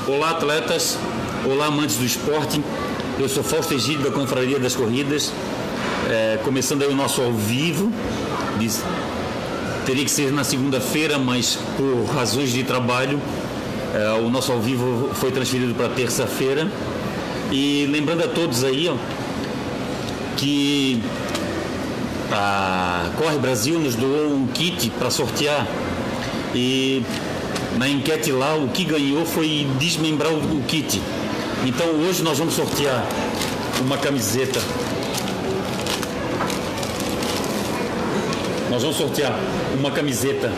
Olá, atletas. Olá, amantes do esporte. Eu sou Fausto Egídio, da Confraria das Corridas. Começando aí o nosso ao vivo. Teria que ser na segunda-feira, mas por razões de trabalho, o nosso ao vivo foi transferido para terça-feira. E lembrando a todos aí, ó, que a Corre Brasil nos doou um kit para sortear. E na enquete lá, o que ganhou foi desmembrar o kit. Então hoje nós vamos sortear uma camiseta. Nós vamos sortear uma camiseta.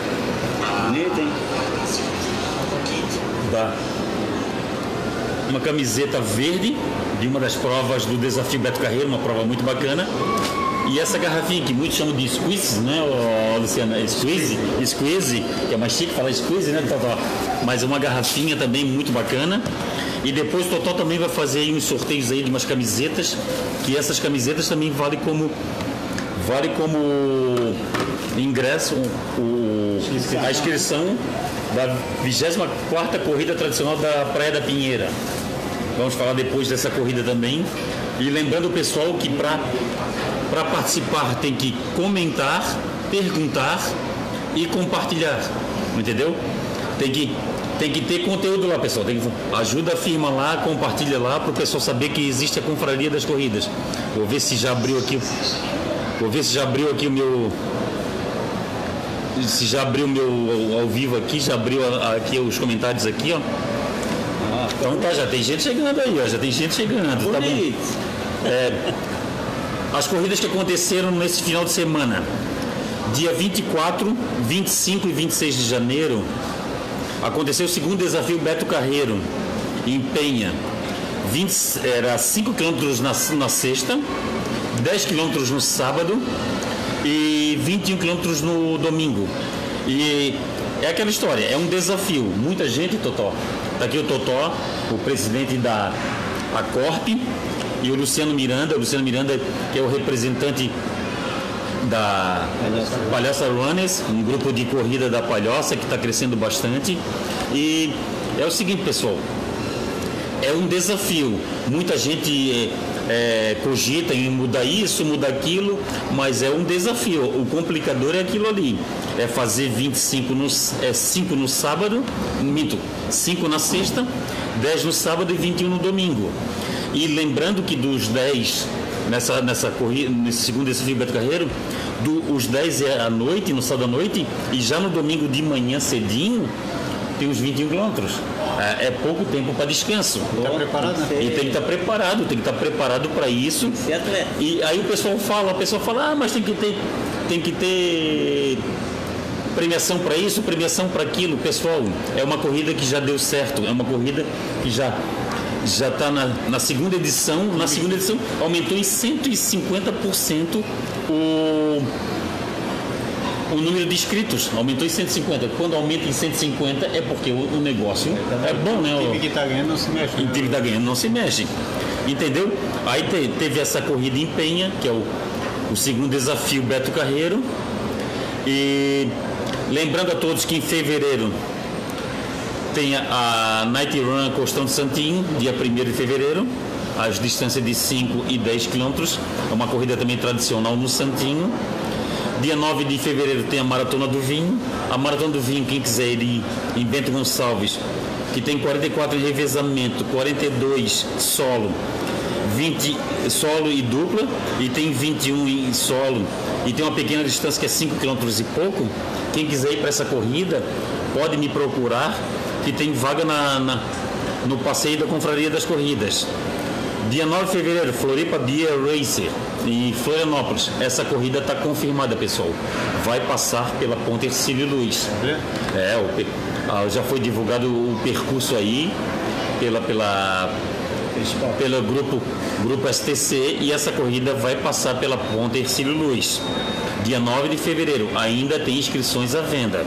Uma camiseta verde de uma das provas do Desafio Beto Carreiro, uma prova muito bacana. E essa garrafinha que muitos chamam de squeeze, né, Luciana? Squeeze, que é mais chique falar squeeze, né, Totó? Mas é uma garrafinha também muito bacana. E depois o Totó também vai fazer aí uns sorteios aí de umas camisetas, que essas camisetas também vale como ingresso, a inscrição da 24ª corrida tradicional da Praia da Pinheira. Vamos falar depois dessa corrida também. E lembrando o pessoal que para participar tem que comentar, perguntar e compartilhar, entendeu? Tem que ter conteúdo lá, pessoal. Ajuda a firma lá, compartilha lá para o pessoal saber que existe a Confraria das Corridas. Vou ver se já abriu aqui o meu. Se já abriu o meu ao vivo aqui, já abriu aqui os comentários aqui, ó. Então tá, já tem gente chegando aí, ó. Já tem gente chegando, tá bom? As corridas que aconteceram nesse final de semana, dia 24, 25 e 26 de janeiro, aconteceu o segundo desafio Beto Carreiro, em Penha. Era 5 km na sexta, 10 km no sábado e 21 km no domingo. E é aquela história, é um desafio. Muita gente, Totó. Está aqui o Totó, o presidente da Acorp, e o Luciano Miranda, que é o representante da Palhoça Runners, um grupo de corrida da Palhoça que está crescendo bastante. E é o seguinte, pessoal, é um desafio. Muita gente cogita em mudar isso, mudar aquilo, mas é um desafio. O complicador é aquilo ali, é fazer 5 no sábado, 5 na sexta, 10 no sábado e 21 no domingo. E lembrando que dos 10 nessa corrida, nesse segundo desafio Beto Carreiro, os 10 é à noite, no sábado à noite, e já no domingo de manhã cedinho tem os 21 quilômetros. É pouco tempo para descanso. Tá preparado, né? E tem que estar preparado para isso. E aí o pessoal fala, mas tem que ter premiação para isso, premiação para aquilo. Pessoal, é uma corrida que já deu certo, é uma corrida que já está na segunda edição. Na segunda edição aumentou em 150% o número de inscritos. Aumentou em 150. Quando aumenta em 150 é porque o negócio é bom, né? O time que está ganhando não se mexe. O time que está ganhando não se mexe. Entendeu? Aí teve essa corrida em Penha, que é o segundo desafio Beto Carreiro. E lembrando a todos que em fevereiro tem a Night Run Costão de Santinho, dia 1º de fevereiro, as distâncias de 5 e 10 quilômetros. É uma corrida também tradicional no Santinho. Dia 9 de fevereiro tem a Maratona do Vinho. A Maratona do Vinho, quem quiser ir em Bento Gonçalves, que tem 44 em revezamento, 42 solo, 20 solo e dupla, e tem 21 em solo, e tem uma pequena distância que é 5 km e pouco. Quem quiser ir para essa corrida, pode me procurar, que tem vaga no passeio da Confraria das Corridas. Dia 9 de fevereiro, Floripa Beer Racer, em Florianópolis. Essa corrida está confirmada, pessoal. Vai passar pela Ponte Hercílio Luz. Já foi divulgado o percurso aí pelo grupo STC, e essa corrida vai passar pela Ponte Hercílio Luz. Dia 9 de fevereiro, ainda tem inscrições à venda.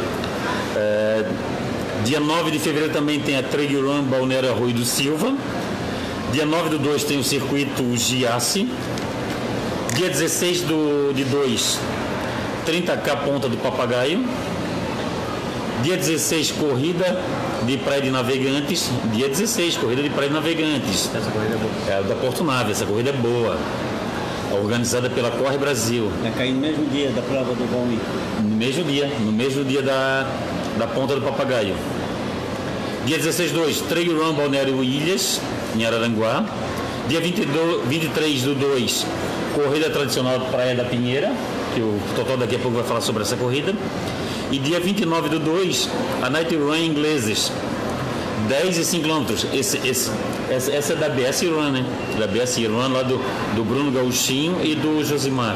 Dia 9 de fevereiro também tem a Trail Run Balneário Arroio do Silva. Dia 9/2 tem o circuito Giasse. Dia 16/2, 30K Ponta do Papagaio. Dia 16, corrida de Praia de Navegantes, dia 16, corrida de Praia de Navegantes. Essa corrida é boa. É da Porto Nave, essa corrida é boa. Organizada pela Corre Brasil. Vai cair no mesmo dia da prova do Valmir. No mesmo dia da Ponta do Papagaio. Dia 16/2, Trail Run Balneário Ilhas, em Araranguá. Dia 23/2, corrida tradicional Praia da Pinheira, que o Totó daqui a pouco vai falar sobre essa corrida. E dia 29/2, a Night Run Ingleses, 10 e 5 km. Essa é da BS Run, né? Da BS Run lá do Bruno Gauchinho e do Josimar.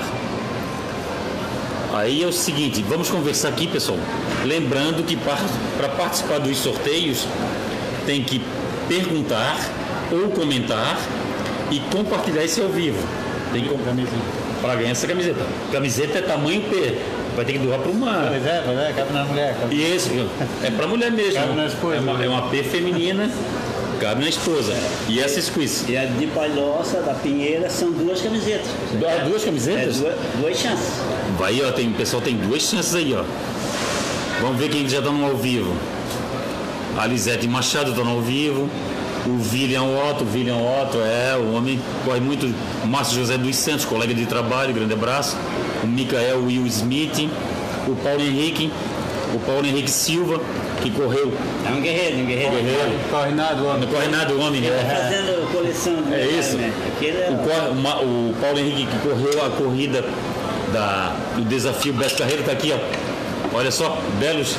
Aí é o seguinte, vamos conversar aqui, pessoal. Lembrando que para participar dos sorteios tem que perguntar ou comentar e compartilhar esse ao vivo. Tem que para ganhar essa camiseta. Camiseta é tamanho P. Vai ter que doar para uma. Pois é, cabe na mulher. Cabe... Isso, é para mulher mesmo. Cabe na esposa. É uma P feminina, cabe na esposa. E essa squeeze. E a de Palhoça, da Pinheira, são 2 camisetas. Duas camisetas? Duas chances. Vai, ó, o pessoal tem 2 chances aí, ó. Vamos ver quem já está no ao vivo. A Lisete Machado está no ao vivo. O William Otto, o homem corre muito. O Márcio José dos Santos, colega de trabalho, grande abraço. O Micael Will Smith, o Paulo Henrique Silva, que correu. É um guerreiro. Corre nada o homem. Não corre nada o homem, né? Está fazendo coleção de É isso. Né? O Paulo Henrique, que correu a corrida do desafio Beto Carreiro, está aqui, ó. Olha só, belos.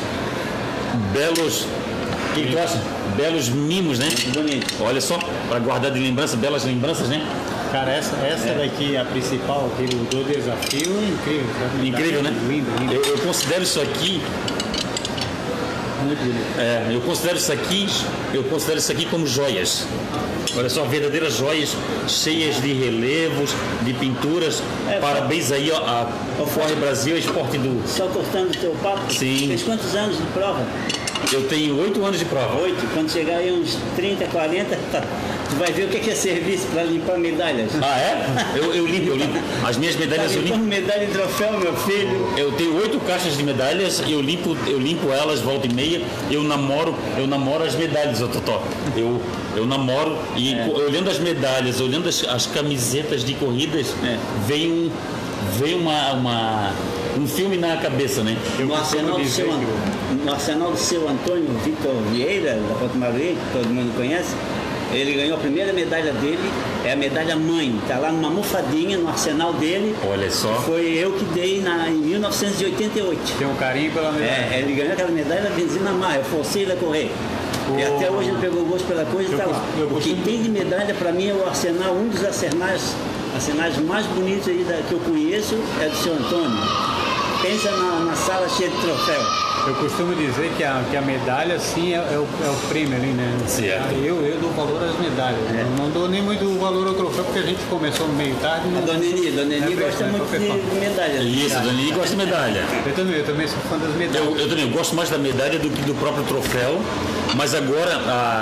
O que tu acha? Belos mimos, né? Bonito. Olha só, para guardar de lembrança, belas lembranças, né? Cara, essa daqui, a principal, aquele do desafio, é incrível. Sabe? Incrível, né? Lindo. Eu considero isso aqui. Muito bonito. Eu considero isso aqui como joias. Olha só, verdadeiras joias, cheias de relevos, de pinturas. Parabéns aí, ó, a Corre Brasil, esporte do. Só cortando o teu papo? Sim. Fez quantos anos de prova? Eu tenho 8 anos de prova. 8. Quando chegar aí uns 30, 40, tu vai ver o que é serviço para limpar medalhas. Ah, é? Eu limpo. As minhas medalhas eu limpo. Medalha e troféu, meu filho. Eu tenho 8 caixas de medalhas, eu limpo elas, volta e meia. Eu namoro as medalhas, ô Totó. Eu namoro e olhando as medalhas, olhando as camisetas de corridas, veio um filme na cabeça, né? No arsenal do seu Antônio Vitor Vieira, da Porto Margarida, que todo mundo conhece, ele ganhou a primeira medalha dele, é a medalha mãe, está lá numa almofadinha no arsenal dele. Olha só. Foi eu que dei em 1988. Tem um carinho pela medalha. Ele ganhou aquela medalha na benzina mar, eu forcei ele a correr. E até hoje ele pegou gosto pela coisa e está lá. O que tem de medalha para mim é o arsenal, um dos arsenais mais bonitos aí que eu conheço é do seu Antônio. Pensa na sala cheia de troféu. Eu costumo dizer que a medalha, sim, é o prêmio ali, né? Certo. Eu dou valor às medalhas. Não dou nem muito valor ao troféu, porque a gente começou meio tarde. A Dona Neni gosta muito de medalha. Isso, a Dona Neni gosta de medalha. Eu também sou fã das medalhas. Eu também gosto mais da medalha do que do próprio troféu, mas agora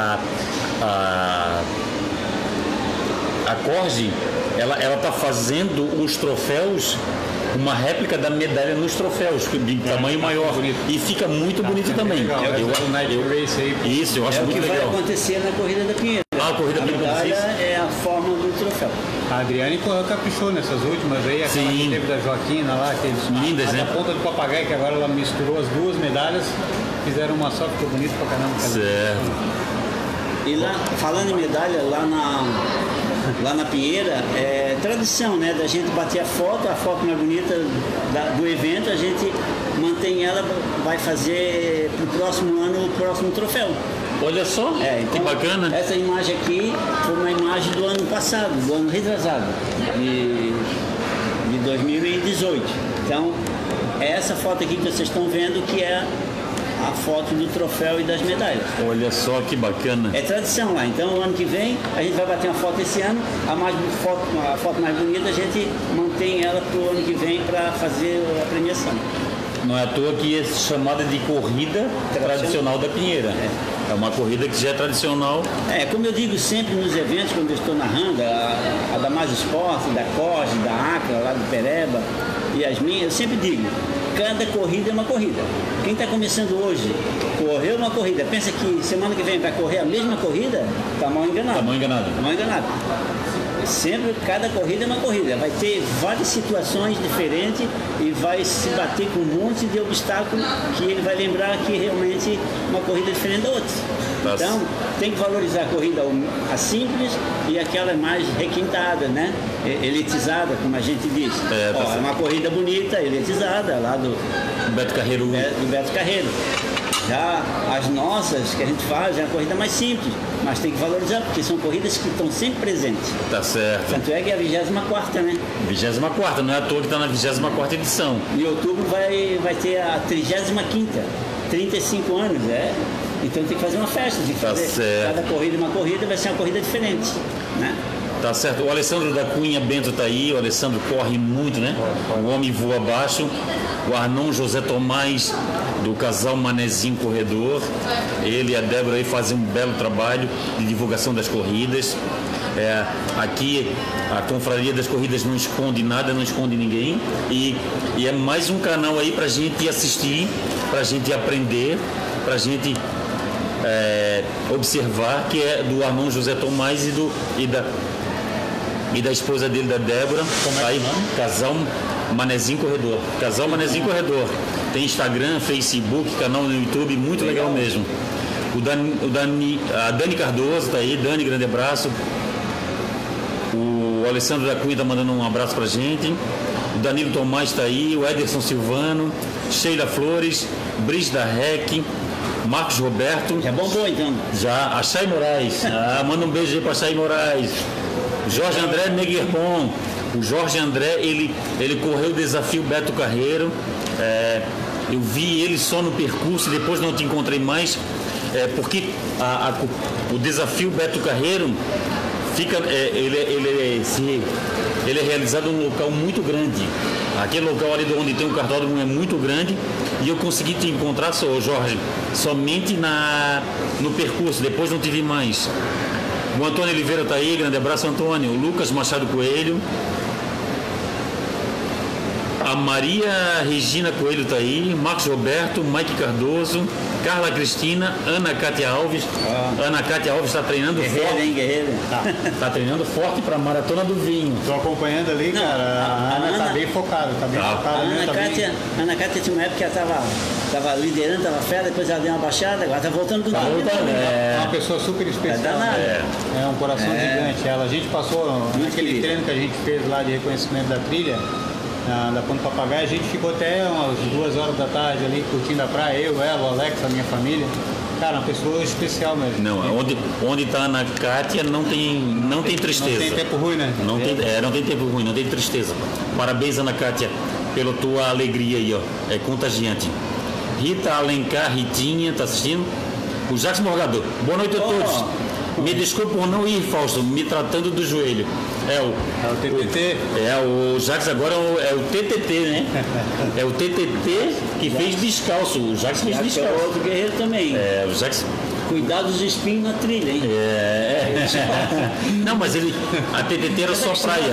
a Corge, ela está fazendo os troféus, uma réplica da medalha nos troféus, de tamanho maior. E fica muito bonito também. Legal, Isso, eu acho muito legal. É o que vai acontecer na Corrida da Pinheira. A Corrida da Pinheira. A medalha é a forma do troféu. A Adriane caprichou nessas últimas aí, aquela que teve da Joaquina lá, lindas, né? A Ponta do Papagaio, que agora ela misturou as duas medalhas, fizeram uma só, ficou bonito pra caramba. Certo. E lá, falando em medalha, lá na Pinheira, é tradição, né, da gente bater a foto mais bonita do evento, a gente mantém ela, vai fazer pro próximo ano o próximo troféu. Olha só, Então, que bacana. Essa imagem aqui foi uma imagem do ano passado, do ano retrasado, de 2018. Então, é essa foto aqui que vocês estão vendo que é a foto do troféu e das medalhas. Olha só que bacana. É tradição lá. Então, o ano que vem, a gente vai bater uma foto esse ano. A foto mais bonita, a gente mantém ela para o ano que vem para fazer a premiação. Não é à toa que é chamada de corrida tradicional da Pinheira. É uma corrida que já é tradicional. Como eu digo sempre nos eventos, quando eu estou narrando, a da Mais Esporte, da Corge, da Acra, lá do Pereba, e as minhas, eu sempre digo, cada corrida é uma corrida. Quem está começando hoje, correu uma corrida, pensa que semana que vem vai correr a mesma corrida, está mal enganado. Tá mal enganado. Tá mal enganado. Sempre, cada corrida é uma corrida. Vai ter várias situações diferentes e vai se bater com um monte de obstáculos que ele vai lembrar que realmente uma corrida é diferente da outra. Nossa. Então, tem que valorizar a corrida a simples e aquela mais requintada, né? Elitizada, como a gente diz. É uma corrida bonita, elitizada, lá do Beto Carreiro. Do Beto Carreiro. Já as nossas que a gente faz é uma corrida mais simples, mas tem que valorizar, porque são corridas que estão sempre presentes. Tá certo. Tanto é que é a 24ª, né? 24ª, não é à toa que está na 24ª edição. Em outubro vai ter a 35ª, 35 anos, Então tem que fazer uma festa, tem que fazer. Certo. Cada corrida uma corrida, vai ser uma corrida diferente, né? Tá certo. O Alessandro da Cunha Bento tá aí, o Alessandro corre muito, né? O homem voa abaixo. O Arnon José Tomás, do casal Manezinho Corredor. Ele e a Débora aí fazem um belo trabalho de divulgação das corridas. Aqui a Confraria das Corridas não esconde nada, não esconde ninguém. E é mais um canal aí pra gente assistir, pra gente aprender, pra gente observar, que é do Arnon José Tomás e da esposa dele, da Débora. Como é aí, o nome? Casal Manezinho Corredor. Casal Manezinho Corredor. Tem Instagram, Facebook, canal no YouTube, muito legal mesmo. A Dani Cardoso tá aí, Dani, grande abraço. O Alessandro da Cunha tá mandando um abraço pra gente. O Danilo Tomás tá aí, o Ederson Silvano, Sheila Flores, Brígida Rec, Marcos Roberto. Já bombou então? Já, a Chay Moraes. Manda um beijo aí pra Chay Moraes. Jorge André Neguerpon. O Jorge André, ele correu o desafio Beto Carreiro. Eu vi ele só no percurso, depois não te encontrei mais, porque o desafio Beto Carreiro fica, ele é realizado num local muito grande. Aquele local ali onde tem um cartódromo é muito grande, e eu consegui te encontrar, Jorge, somente no percurso, depois não te vi mais. O Antônio Oliveira está aí, grande abraço, Antônio. O Lucas Machado Coelho. A Maria Regina Coelho está aí. Marcos Roberto, Mike Cardoso, Carla Cristina, Ana Cátia Alves. Ana Cátia Alves está treinando forte. Guerreira. Tá treinando forte para a Maratona do Vinho. Estou acompanhando ali, Não, cara. A Ana está bem focada, A Ana Cátia tinha uma época que ela estava liderando, estava fera, depois ela deu uma baixada, agora está voltando com tudo. É uma pessoa super especial. É um coração gigante. A gente passou naquele treino que a gente fez lá de reconhecimento da trilha, da Ponte Papagaio, a gente ficou até umas 2 horas da tarde ali curtindo a praia, eu, ela, o Alex, a minha família. Cara, uma pessoa especial mesmo. Não, onde está a Ana Cátia não tem tristeza. Não tem tempo ruim, né? Não tem tempo ruim, não tem tristeza. Parabéns, Ana Cátia, pela tua alegria aí, ó. É contagiante. Rita Alencar, Ritinha, tá assistindo? O Jacques Morgador. Boa noite a todos. Me desculpe por não ir, Fausto, me tratando do joelho. É o TTT? O Jacques agora é o TTT, né? É o TTT que fez descalço. O Jacques fez descalço. É outro guerreiro também. O Jacques... Cuidado dos espinhos na trilha, hein? Não, mas a TTT era só praia.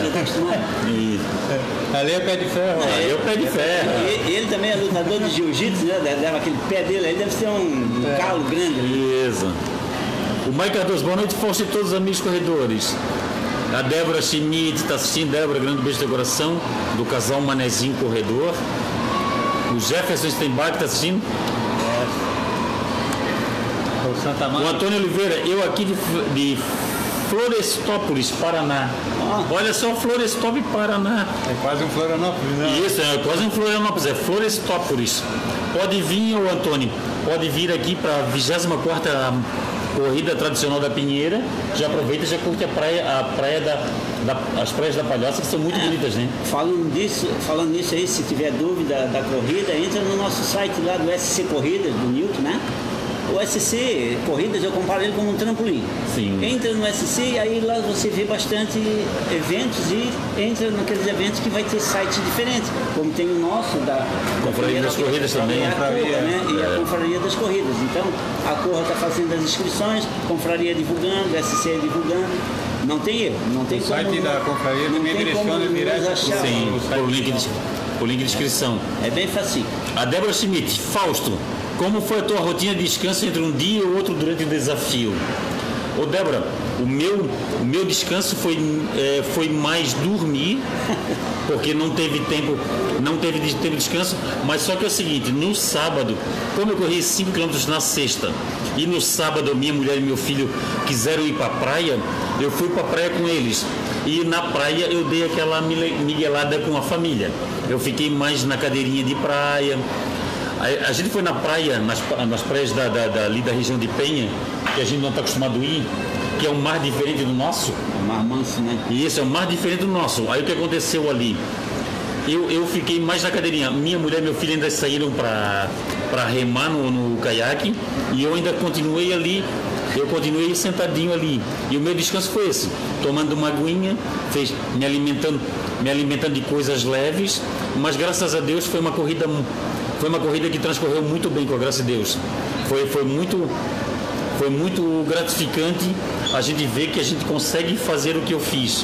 Ali é pé de ferro. Ali é o pé de ferro. Ele também é lutador de jiu-jitsu, né? Leva aquele pé dele aí, deve ser um calo grande. Isso. O Mike Cardoso, boa noite, Fausto e todos os amigos corredores. A Débora Schmidt está assistindo. Débora, grande beijo de coração, do casal Manezinho Corredor. O Jefferson Steinbach está assistindo. O Antônio Oliveira, eu aqui de Florestópolis, Paraná. Olha só, Florestópolis, Paraná. É quase um Florianópolis, né? Isso, é quase um Florianópolis, é Florestópolis. Pode vir, ô Antônio, pode vir aqui para a 24ª corrida tradicional da Pinheira. Já aproveita e já curte as praias da Palhoça, que são muito bonitas, né? Falando nisso aí, se tiver dúvida da corrida, entra no nosso site lá do SC Corridas, do Newton, né? O SC Corridas, eu comparo ele como um trampolim. Sim. Entra no SC, aí lá você vê bastante eventos e entra naqueles eventos que vai ter sites diferentes, como tem o nosso da Confraria das Corridas também. A Corra, né? E a Confraria das Corridas. Então, a Corra está fazendo as inscrições, Confraria divulgando, o SC divulgando. Não tem erro, não tem o como... site da Confraria também direciona direto. Sim, por link o link de inscrição. É bem fácil. A Débora Schmidt, Fausto, como foi a tua rotina de descanso entre um dia e o outro durante o desafio? Ô Débora, o meu descanso foi mais dormir, porque não teve tempo de descanso, mas só que é o seguinte, no sábado, como eu corri 5 km na sexta, e no sábado minha mulher e meu filho quiseram ir para a praia, eu fui para a praia com eles. E na praia eu dei aquela miguelada com a família. Eu fiquei mais na cadeirinha de praia. A gente foi na praia, nas praias ali da região de Penha, que a gente não está acostumado a ir, que é um mar diferente do nosso. É um mar manso, né? Isso, é um mar diferente do nosso. Aí o que aconteceu ali? Eu fiquei mais na cadeirinha. Minha mulher e meu filho ainda saíram para remar no caiaque e eu ainda continuei ali. Eu continuei sentadinho ali. E o meu descanso foi esse, tomando uma aguinha, me alimentando de coisas leves, mas graças a Deus foi uma corrida que transcorreu muito bem, com a graça de Deus. Foi muito gratificante a gente ver que a gente consegue fazer o que eu fiz.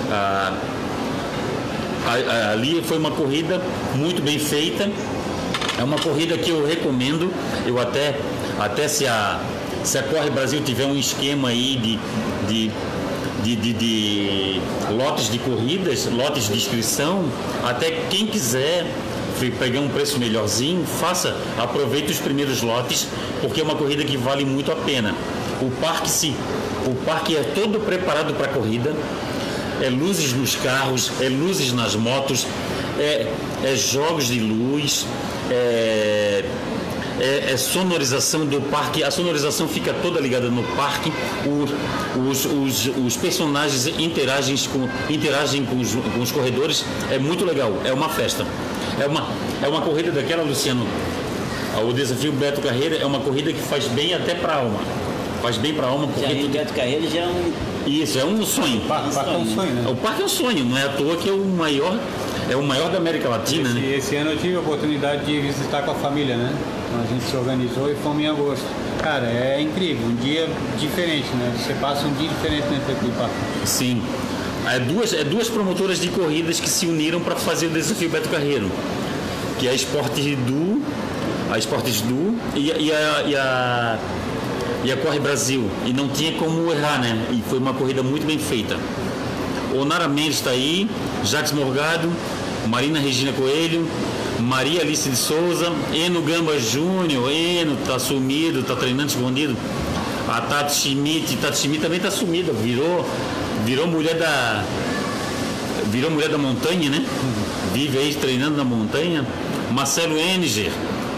Ali foi uma corrida muito bem feita. É uma corrida que eu recomendo. Eu até se a Corre Brasil tiver um esquema aí de lotes de corridas, lotes de inscrição, até quem quiser pegar um preço melhorzinho, aproveite os primeiros lotes, porque é uma corrida que vale muito a pena. O parque é todo preparado para a corrida, é luzes nos carros, é luzes nas motos, é jogos de luz, é sonorização do parque. A sonorização fica toda ligada no parque. Os personagens interagem com os corredores. É muito legal, é uma festa. É uma corrida daquela, Luciano. O desafio Beto Carreiro é uma corrida que faz bem até para a alma. Faz bem para a alma porque o Beto Carreiro já é um... Isso, é um sonho. O parque é um sonho, né? O parque é um sonho, não é à toa que é o maior da América Latina, né? Esse ano eu tive a oportunidade de visitar com a família, né? Então a gente se organizou e fomos em agosto. Cara, é incrível, um dia diferente, né? Você passa um dia diferente dentro daquele parque. Sim. Duas promotoras de corridas que se uniram para fazer o desafio Beto Carreiro, que é a Esportes Du e a Corre Brasil. E não tinha como errar, né? E foi uma corrida muito bem feita. O Nara Mendes está aí, Jacques Morgado, Marina Regina Coelho, Maria Alice de Souza, Eno Gamba Júnior. Eno tá sumido, tá treinando escondido. A Tati Schmidt também tá sumida, virou mulher da montanha, né? Vive aí treinando na montanha. Marcelo Eninger,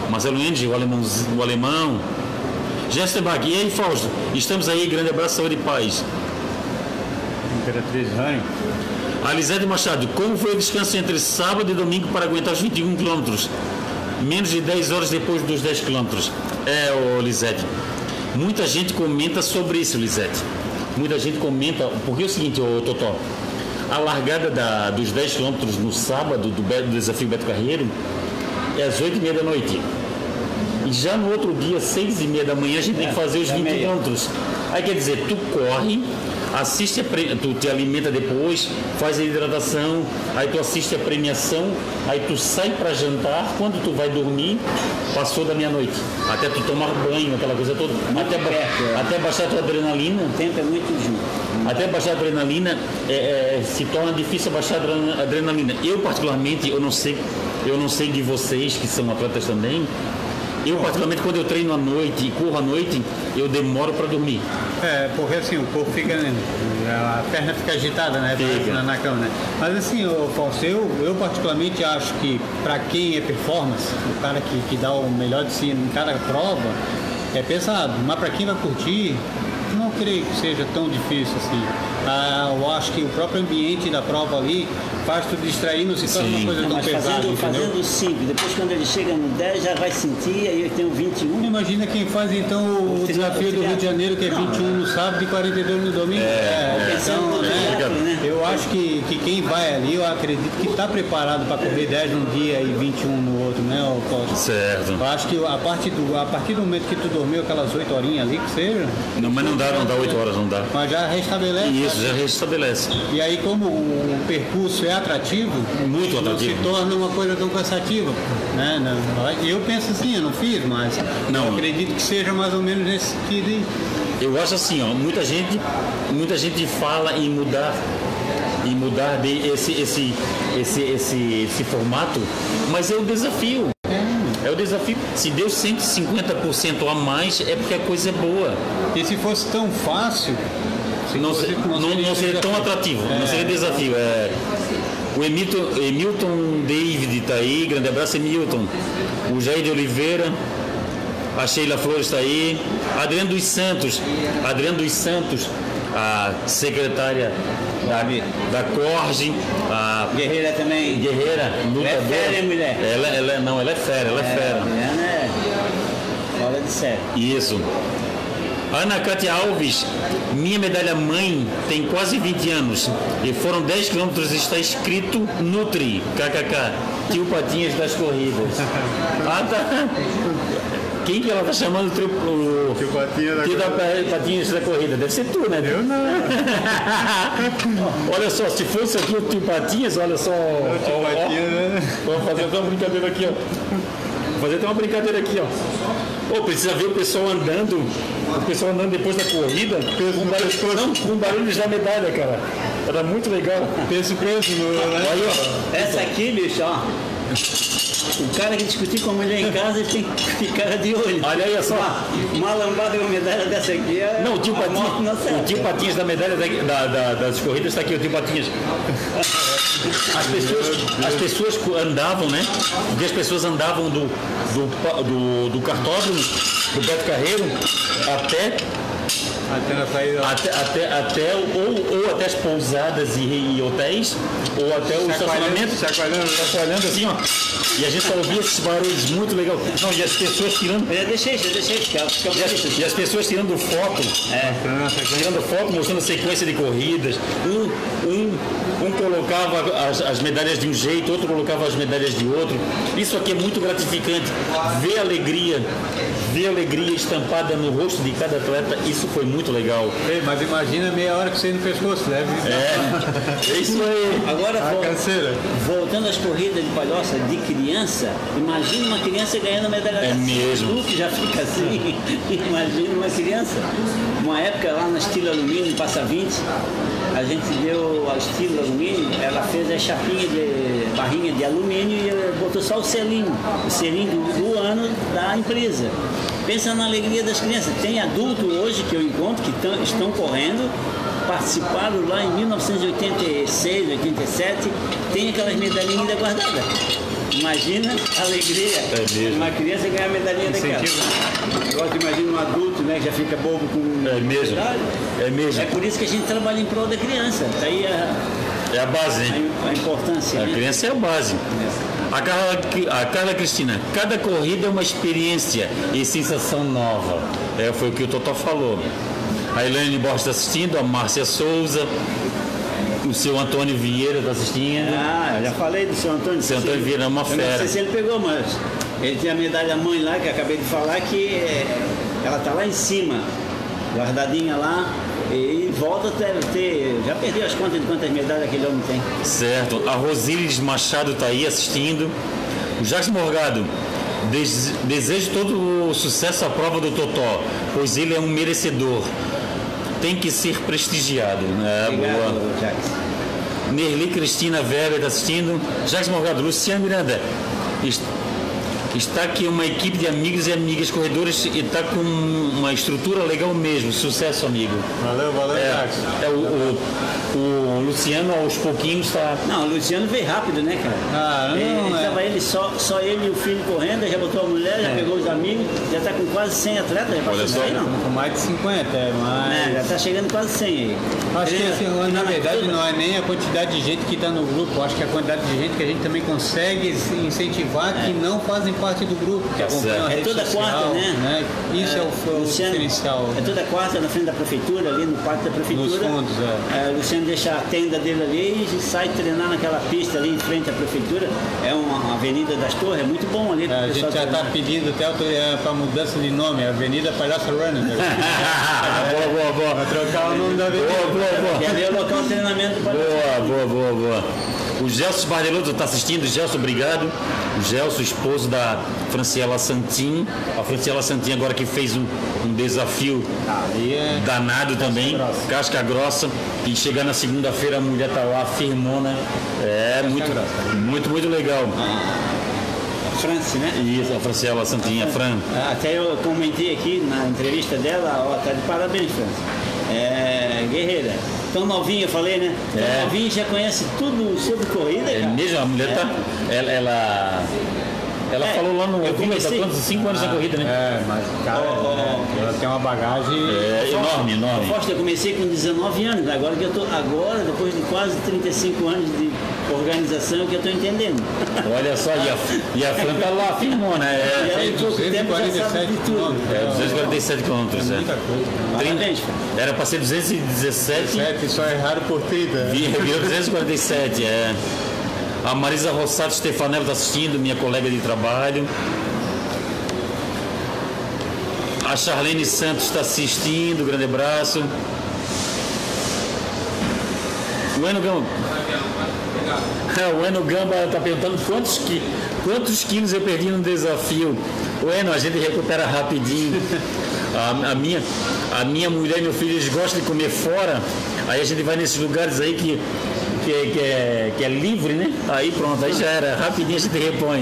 o alemão. Jéssica Bach, e aí, Fausto? Estamos aí, grande abraço, saúde e paz. Imperatriz Rânio. A Lisete Machado, como foi o descanso entre sábado e domingo para aguentar os 21 quilômetros? Menos de 10 horas depois dos 10 quilômetros. Lisete, muita gente comenta sobre isso, Lisete. Muita gente comenta, porque é o seguinte, Totó, a largada dos 10 quilômetros no sábado do desafio Beto Carreiro é às 8h30 da noite. E já no outro dia, 6h30 da manhã, a gente tem que fazer os 20 quilômetros. Aí quer dizer, tu corre, tu te alimenta depois, faz a hidratação, aí tu assiste a premiação, aí tu sai para jantar, quando tu vai dormir, passou da meia-noite. Até tu tomar banho, aquela coisa toda. Até baixar a tua adrenalina. O tempo é muito junto. Até baixar a adrenalina, se torna difícil baixar a adrenalina. Eu, particularmente, eu não sei de vocês que são atletas também. Eu, particularmente, quando eu treino à noite e corro à noite, eu demoro para dormir. Porque assim, o corpo fica, né? A perna fica agitada, né? Na cama, né? Mas assim, Fausto, eu particularmente acho que para quem é performance, o cara que dá o melhor de si em cada prova, é pesado. Mas para quem vai curtir, não creio que seja tão difícil assim. Eu acho que o próprio ambiente da prova ali faz tu distrair, não se torna uma coisa tão pesada. Fazendo 5, depois quando ele chega no 10 já vai sentir, aí tem o 21. Imagina quem faz então o desafio do Rio de Janeiro, que é 21 no sábado e 42 no domingo. Eu acho que quem vai ali, eu acredito que está preparado para correr 10 num dia e 21 no outro, né, Fausto? Certo. Eu acho que a partir do momento que tu dormiu aquelas 8 horinhas ali, que seja... Não, mas não dá dá 8 horas, não dá. Mas já restabelece. Isso, já restabelece. E aí, como o percurso é atrativo, muito atrativo, não se torna uma coisa tão cansativa. Né? Eu penso assim, eu não fiz, mas não. Eu acredito que seja mais ou menos nesse sentido aí. Eu acho assim, ó, muita gente fala em mudar esse formato, mas é o desafio. É o desafio. Se deu 150% a mais, é porque a coisa é boa. E se fosse tão fácil, não seria tão atrativo, não seria desafio. O Emilton David está aí, grande abraço, Emilton. O Jair de Oliveira, a Sheila Flores está aí. Adriano dos Santos, a secretária da Corge, a Guerreira também. Guerreira, lutadora. Ela é fera, hein, mulher? Ela é fera, ela é fera. Ela é fora de sério. Isso. Ana Cátia Alves, minha medalha mãe tem quase 20 anos e foram 10 quilômetros, está escrito Nutri, kkk, tio Patinhas das corridas. Ah, tá. Quem que ela tá chamando o tio Patinhas da corrida? Deve ser tu, né? Eu não. Olha só, se fosse aqui o tio Patinhas, olha só. Vamos fazer até uma brincadeira aqui, ó. Precisa ver o pessoal andando depois da corrida com barulhos da medalha, cara. Era muito legal. Peso, né? Essa aqui, bicho, ó. O cara que discutir com a mulher em casa, ele tem que ficar de olho. Olha aí só. Uma lambada e uma medalha dessa aqui é. Não, o tio Patinhas da medalha das corridas está aqui, o tio Patinhas. As pessoas andavam, né? Porque as pessoas andavam do cartódromo, do Beto Carreiro, até na saída. Até as pousadas e hotéis, ou até o estacionamento, chacoalhando assim, ó. E a gente só ouvia esses barulhos muito legal. Não, e as pessoas tirando. Eu deixei, e as pessoas tirando foto. Tirando foto, mostrando a sequência de corridas. Um colocava as medalhas de um jeito, outro colocava as medalhas de outro. Isso aqui é muito gratificante. Ver a alegria estampada no rosto de cada atleta, isso foi muito legal. Mas imagina meia hora que você no pescoço, deve. É isso aí. Agora, voltando às corridas de palhoça de criança, imagina uma criança ganhando medalha dessa. É mesmo. Tu que já fica assim, imagina uma criança. Uma época lá na Estilo Alumínio, em Passa 20, a gente deu a Estilo Alumínio, ela fez a chapinha de barrinha de alumínio e botou só o selinho do ano da empresa. Pensa na alegria das crianças. Tem adulto hoje que eu encontro que estão correndo, participaram lá em 1986, 87, tem aquelas medalhinhas ainda guardadas. Imagina a alegria de uma criança ganhar a medalhinha daquela. Agora imagina um adulto, né, que já fica bobo com medalha. É mesmo. É por isso que a gente trabalha em prol da criança. Daí é a base, hein? A importância. A criança é a base. A Carla Cristina, cada corrida é uma experiência e sensação nova. Foi o que o Totó falou. A Elaine Borges está assistindo, a Márcia Souza, o seu Antônio Vieira está assistindo. Eu já falei do seu Antônio. O seu Antônio Vieira é uma fera. Eu não sei se ele pegou, mas ele tem a medalha mãe lá, que eu acabei de falar, que ela está lá em cima, guardadinha lá. E volta a ter. Já perdeu as contas de quantas medalhas aquele homem tem. Certo. A Rosíris Machado está aí assistindo. O Jacques Morgado. Desejo todo o sucesso à prova do Totó, pois ele é um merecedor. Tem que ser prestigiado. Obrigado, boa. Jacques. Nerli Cristina Vera está assistindo. Jacques Morgado. Luciano Miranda. Está aqui uma equipe de amigos e amigas corredores e está com uma estrutura legal mesmo. Sucesso, amigo. Valeu, Jacques. O Luciano aos pouquinhos está. Não, o Luciano veio rápido, né, cara? Estava ele só ele e o filho correndo, já botou a mulher, já pegou os amigos, já está com quase 100 atletas. Olha só. Aí, não? Com mais de 50, já está chegando quase 100 aí. Acho que assim, na verdade não é nem a quantidade de gente que está no grupo, acho que é a quantidade de gente que a gente também consegue incentivar que não fazem parte do grupo, que acompanham a rede toda social, quarta, né? Isso é o diferencial. É toda quarta na frente da prefeitura, ali no parque da prefeitura. Nos fundos, O Luciano deixa a tenda dele ali e sai treinar naquela pista ali em frente à prefeitura. É uma avenida das Torres, é muito bom ali. A gente já está pedindo até para mudança de nome, Avenida Palhaço Runner. Boa. Vai trocar o nome da avenida. Boa. Quer ver o local de treinamento para Boa. O Gelson Barreloto está assistindo. Gelson, obrigado. O Gelson, esposo da Franciela Santin. A Franciela Santin agora que fez um desafio danado também. Casca grossa. E chegar na segunda-feira a mulher tá lá firmona. Muito legal. Franci, né? Isso, a Franciela Santin, a Fran. Até eu comentei aqui na entrevista dela, tá de parabéns, Franci. Guerreira. Tão novinha, eu falei, né? Tão novinha, já conhece tudo sobre corrida, cara. Mesmo, a mulher tá... Ela falou lá no... Eu comecei... 5 anos na corrida, né? Mas, cara, ela tem uma bagagem... enorme. Eu comecei com 19 anos, agora, depois de quase 35 anos de organização, que eu estou entendendo. Olha só, e a Fran tá lá, firmou, né? Tem 247 quilômetros. 247 quilômetros, Muita coisa. Parabéns, era para ser 217. Só erraram por 30. Virou 247, A Marisa Rossato Stefanello está assistindo, minha colega de trabalho. A Charlene Santos está assistindo, grande abraço. O Eno Gamba está perguntando quantos quilos eu perdi no desafio. O Eno, a gente recupera rapidinho. A minha mulher e meu filho, eles gostam de comer fora. Aí a gente vai nesses lugares aí que é livre, né? Aí pronto, aí já era. Rapidinho a gente repõe.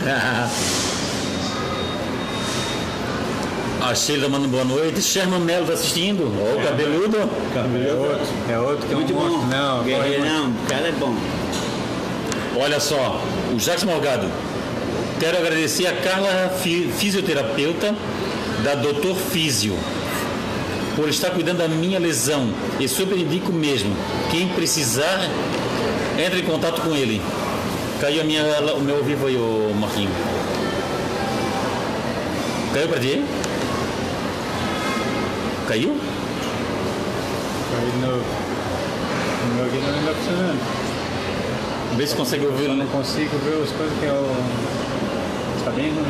A Sheila manda boa noite. Sherman Mello está assistindo. O cabeludo. É outro que é muito um monstro. bom. Não, o cara é bom. Olha só, o Jacques Morgado. Quero agradecer a Carla, fisioterapeuta da Doutor Físio, por estar cuidando da minha lesão. E super indico mesmo. Quem precisar, entre em contato com ele. Caiu o meu ao vivo aí, o Marquinho. Caiu pra ti? Caiu? Caiu no meu aqui não está funcionando. Vê se consegue ouvir. Eu não consigo ver as coisas que eu... Está bem ruim.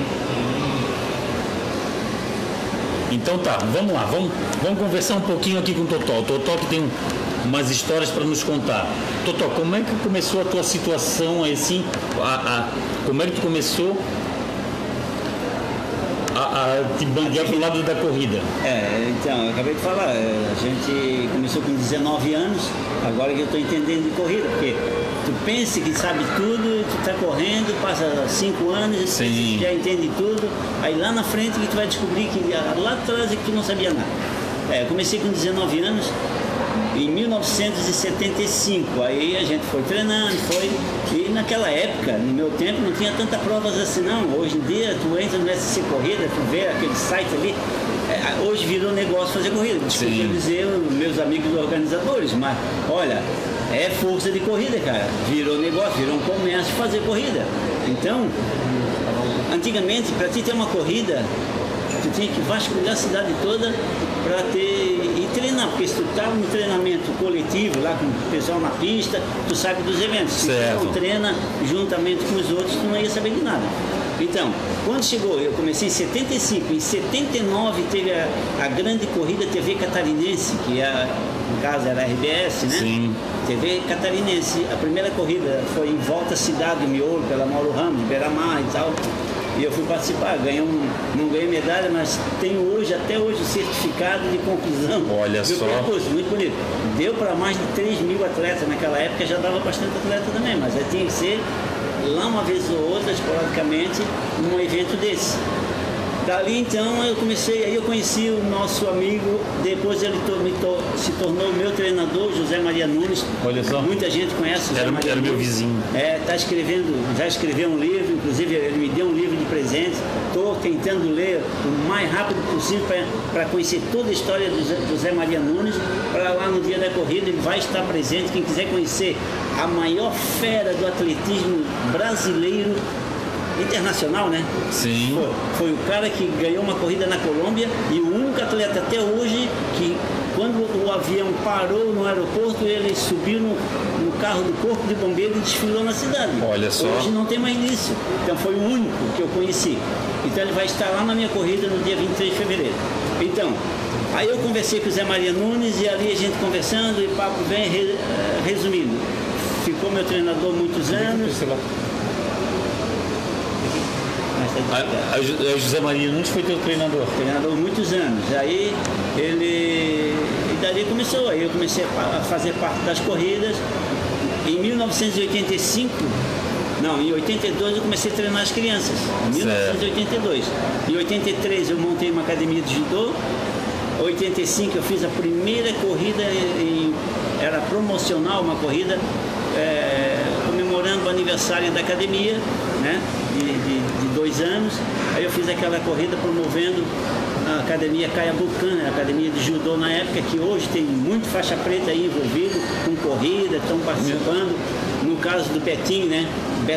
Então tá, vamos lá, vamos conversar um pouquinho aqui com o Totó. O Totó que tem umas histórias para nos contar. Totó, como é que começou a tua situação assim? Como é que tu começou a te bandear pro lado da corrida? Então, eu acabei de falar, a gente começou com 19 anos, agora que eu estou entendendo de corrida, porque tu pensa que sabe tudo, tu tá correndo, passa 5 anos, Sim. já entende tudo, aí lá na frente que tu vai descobrir que lá atrás é que tu não sabia nada. Eu comecei com 19 anos, em 1975, aí a gente foi treinando, e naquela época, no meu tempo, não tinha tanta provas assim não. Hoje em dia, tu entra no SC Corrida, tu vê aquele site ali, hoje virou negócio fazer corrida. Desculpa dizer meus amigos organizadores, mas olha, é força de corrida, cara. Virou negócio, virou um comércio fazer corrida. Então, antigamente, para ti ter uma corrida, tu tinha que vasculhar a cidade toda para e treinar, porque se tu estava no treinamento coletivo lá com o pessoal na pista, tu sabe dos eventos. Se tu não treina juntamente com os outros, tu não ia saber de nada. Então, quando chegou, eu comecei em 75, em 79 teve a grande corrida TV Catarinense, que no caso era a RBS, né? Sim. TV Catarinense. A primeira corrida foi em Volta à Cidade do Miolo, pela Mauro Ramos, Beira-Mar e tal. E eu fui participar, não ganhei medalha, mas tenho até hoje o certificado de conclusão. Olha do só. percurso, muito bonito. Deu para mais de 3 mil atletas naquela época, já dava bastante atleta também, mas aí tinha que ser lá uma vez ou outra, esporadicamente, num evento desse. Dali então eu conheci o nosso amigo, depois ele se tornou meu treinador, José Maria Nunes. Olha só. Muita gente conhece o José Maria Nunes. Era meu vizinho. Já escreveu um livro, inclusive ele me deu um livro de presente. Estou tentando ler o mais rápido possível para conhecer toda a história do José Maria Nunes, para lá no dia da corrida ele vai estar presente. Quem quiser conhecer a maior fera do atletismo brasileiro, internacional, né? Sim. Foi o cara que ganhou uma corrida na Colômbia e o único atleta até hoje que, quando o avião parou no aeroporto, ele subiu no carro do corpo de bombeiro e desfilou na cidade. Olha só. Hoje não tem mais isso. Então foi o único que eu conheci. Então ele vai estar lá na minha corrida no dia 23 de fevereiro. Então, Aí eu conversei com o Zé Maria Nunes e ali a gente conversando e papo bem resumindo. Ficou meu treinador muitos anos. O José Maria Nunes foi teu treinador? Treinador muitos anos. Aí ele... E dali começou. Aí eu comecei a fazer parte das corridas. Em 1985... Não, em 82 eu comecei a treinar as crianças. Em 1982. Em 83 eu montei uma academia de judô. Em 85 eu fiz a primeira corrida, era promocional, uma corrida comemorando o aniversário da academia, né, de 2 anos. Aí eu fiz aquela corrida promovendo a academia Caiabucana, a academia de judô na época, que hoje tem muito faixa preta aí envolvido com corrida, estão participando. No caso do Betinho, né,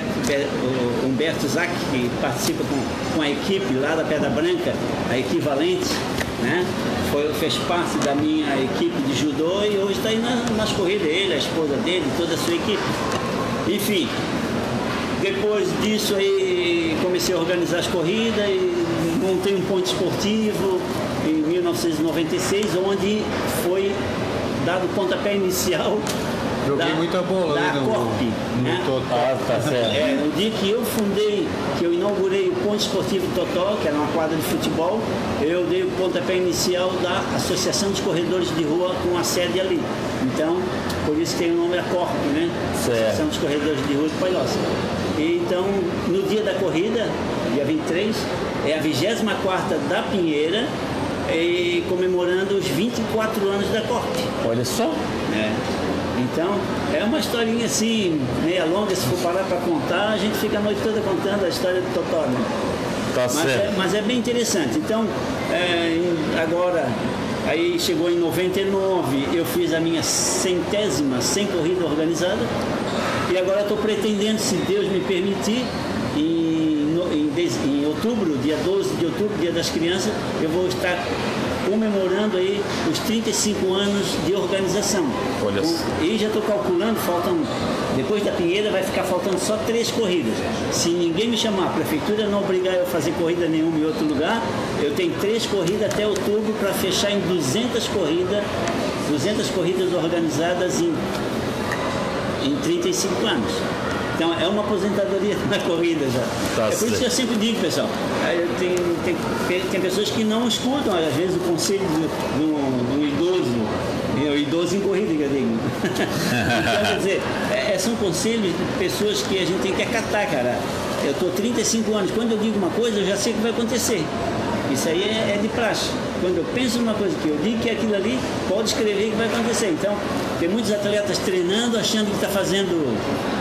o Humberto Zac, que participa com a equipe lá da Pedra Branca, a Equivalente, né, fez parte da minha equipe de judô e hoje está aí nas corridas, ele, a esposa dele, toda a sua equipe. Enfim, depois disso aí comecei a organizar as corridas e montei um ponto esportivo em 1996, onde foi dado o pontapé inicial Joguei muita bola da Corp, né? Tá certo. No dia que eu fundei, que eu inaugurei o Ponto Esportivo Totó, que era uma quadra de futebol, eu dei o pontapé inicial da Associação dos Corredores de Rua com a sede ali. Então, por isso tem o nome da Corp, né? Associação dos Corredores de Rua de Palhoça. Então, no dia da corrida, dia 23, é a 24ª da Pinheira, e comemorando os 24 anos da Corp. Olha só. Então, é uma historinha assim, meia longa, se for parar para contar, a gente fica a noite toda contando a história do Totó, né? Tá certo. Mas é bem interessante. Então, agora, aí chegou em 99, eu fiz a minha 100ª sem corrida organizada, e agora estou pretendendo, se Deus me permitir, em outubro, dia 12 de outubro, dia das crianças, eu vou estar comemorando aí os 35 anos de organização. Olha. E já estou calculando, depois da Pinheira vai ficar faltando só 3 corridas. Se ninguém me chamar, a prefeitura não obrigar eu a fazer corrida nenhuma em outro lugar, eu tenho 3 corridas até outubro para fechar em 200 corridas organizadas em 35 anos. Então é uma aposentadoria na corrida já. Por isso que eu sempre digo, pessoal, tem pessoas que não escutam, às vezes, o conselho do idoso, o idoso em corrida, que eu digo. Então, quer dizer, são conselhos de pessoas que a gente tem que acatar, cara. Eu estou 35 anos, quando eu digo uma coisa, eu já sei o que vai acontecer. Isso aí é de praxe. Quando eu penso numa coisa que eu digo que aquilo ali, pode escrever que vai acontecer. Então, tem muitos atletas treinando, achando que está fazendo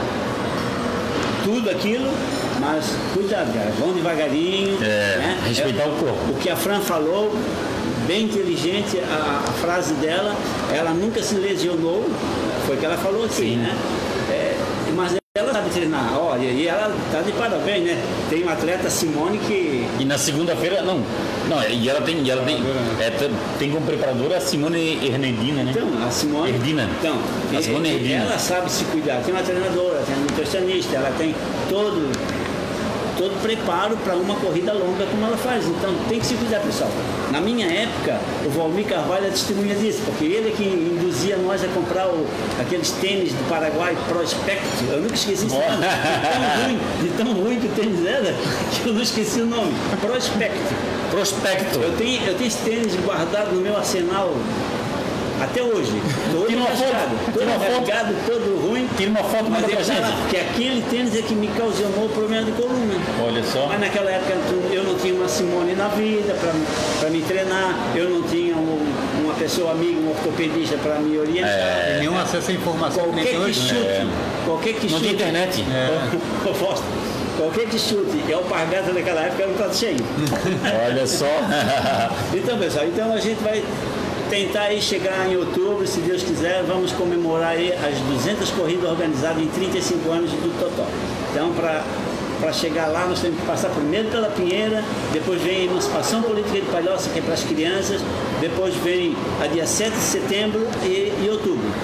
tudo aquilo, mas cuidado, cara, vão devagarinho, né? Respeitar o corpo. O que a Fran falou, bem inteligente, a frase dela, ela nunca se lesionou, foi o que ela falou aqui, sim, né? Mas ela sabe treinar, olha, e ela tá de parabéns, né? Tem uma atleta, Simone, que... E na segunda-feira, e ela tem como preparadora a Simone Hernedina, né? Então, a Simone... Herdina. Então, a Simone Herdina. Ela sabe se cuidar, tem uma treinadora, tem uma nutricionista, ela tem todo preparo para uma corrida longa como ela faz. Então tem que se cuidar, pessoal. Na minha época, o Valmir Carvalho é testemunha disso, porque ele é que induzia nós a comprar aqueles tênis do Paraguai Prospect. Eu nunca esqueci esse nome. De tão ruim que o tênis era, que eu não esqueci o nome. Prospecto. Eu tenho esse tênis guardado no meu arsenal até hoje. Todo rasgado, todo ruim. Tira uma foto, manda pra gente. Porque aquele tênis é que me causou problema de coluna. Olha só. Mas naquela época eu não tinha uma Simone na vida para me treinar, eu não tinha uma pessoa amiga, um ortopedista para me orientar. Nenhum acesso à informação. Qualquer que chute. Não tem internet. Qualquer que chute e alpargata naquela época era um prato cheio. Olha só. Então, pessoal, a gente vai tentar aí chegar em outubro, se Deus quiser, vamos comemorar aí as 200 corridas organizadas em 35 anos do Totó. Então, para chegar lá, nós temos que passar primeiro pela Pinheira, depois vem a Emancipação Política de Palhoça, que é para as crianças, depois vem a dia 7 de setembro e outubro.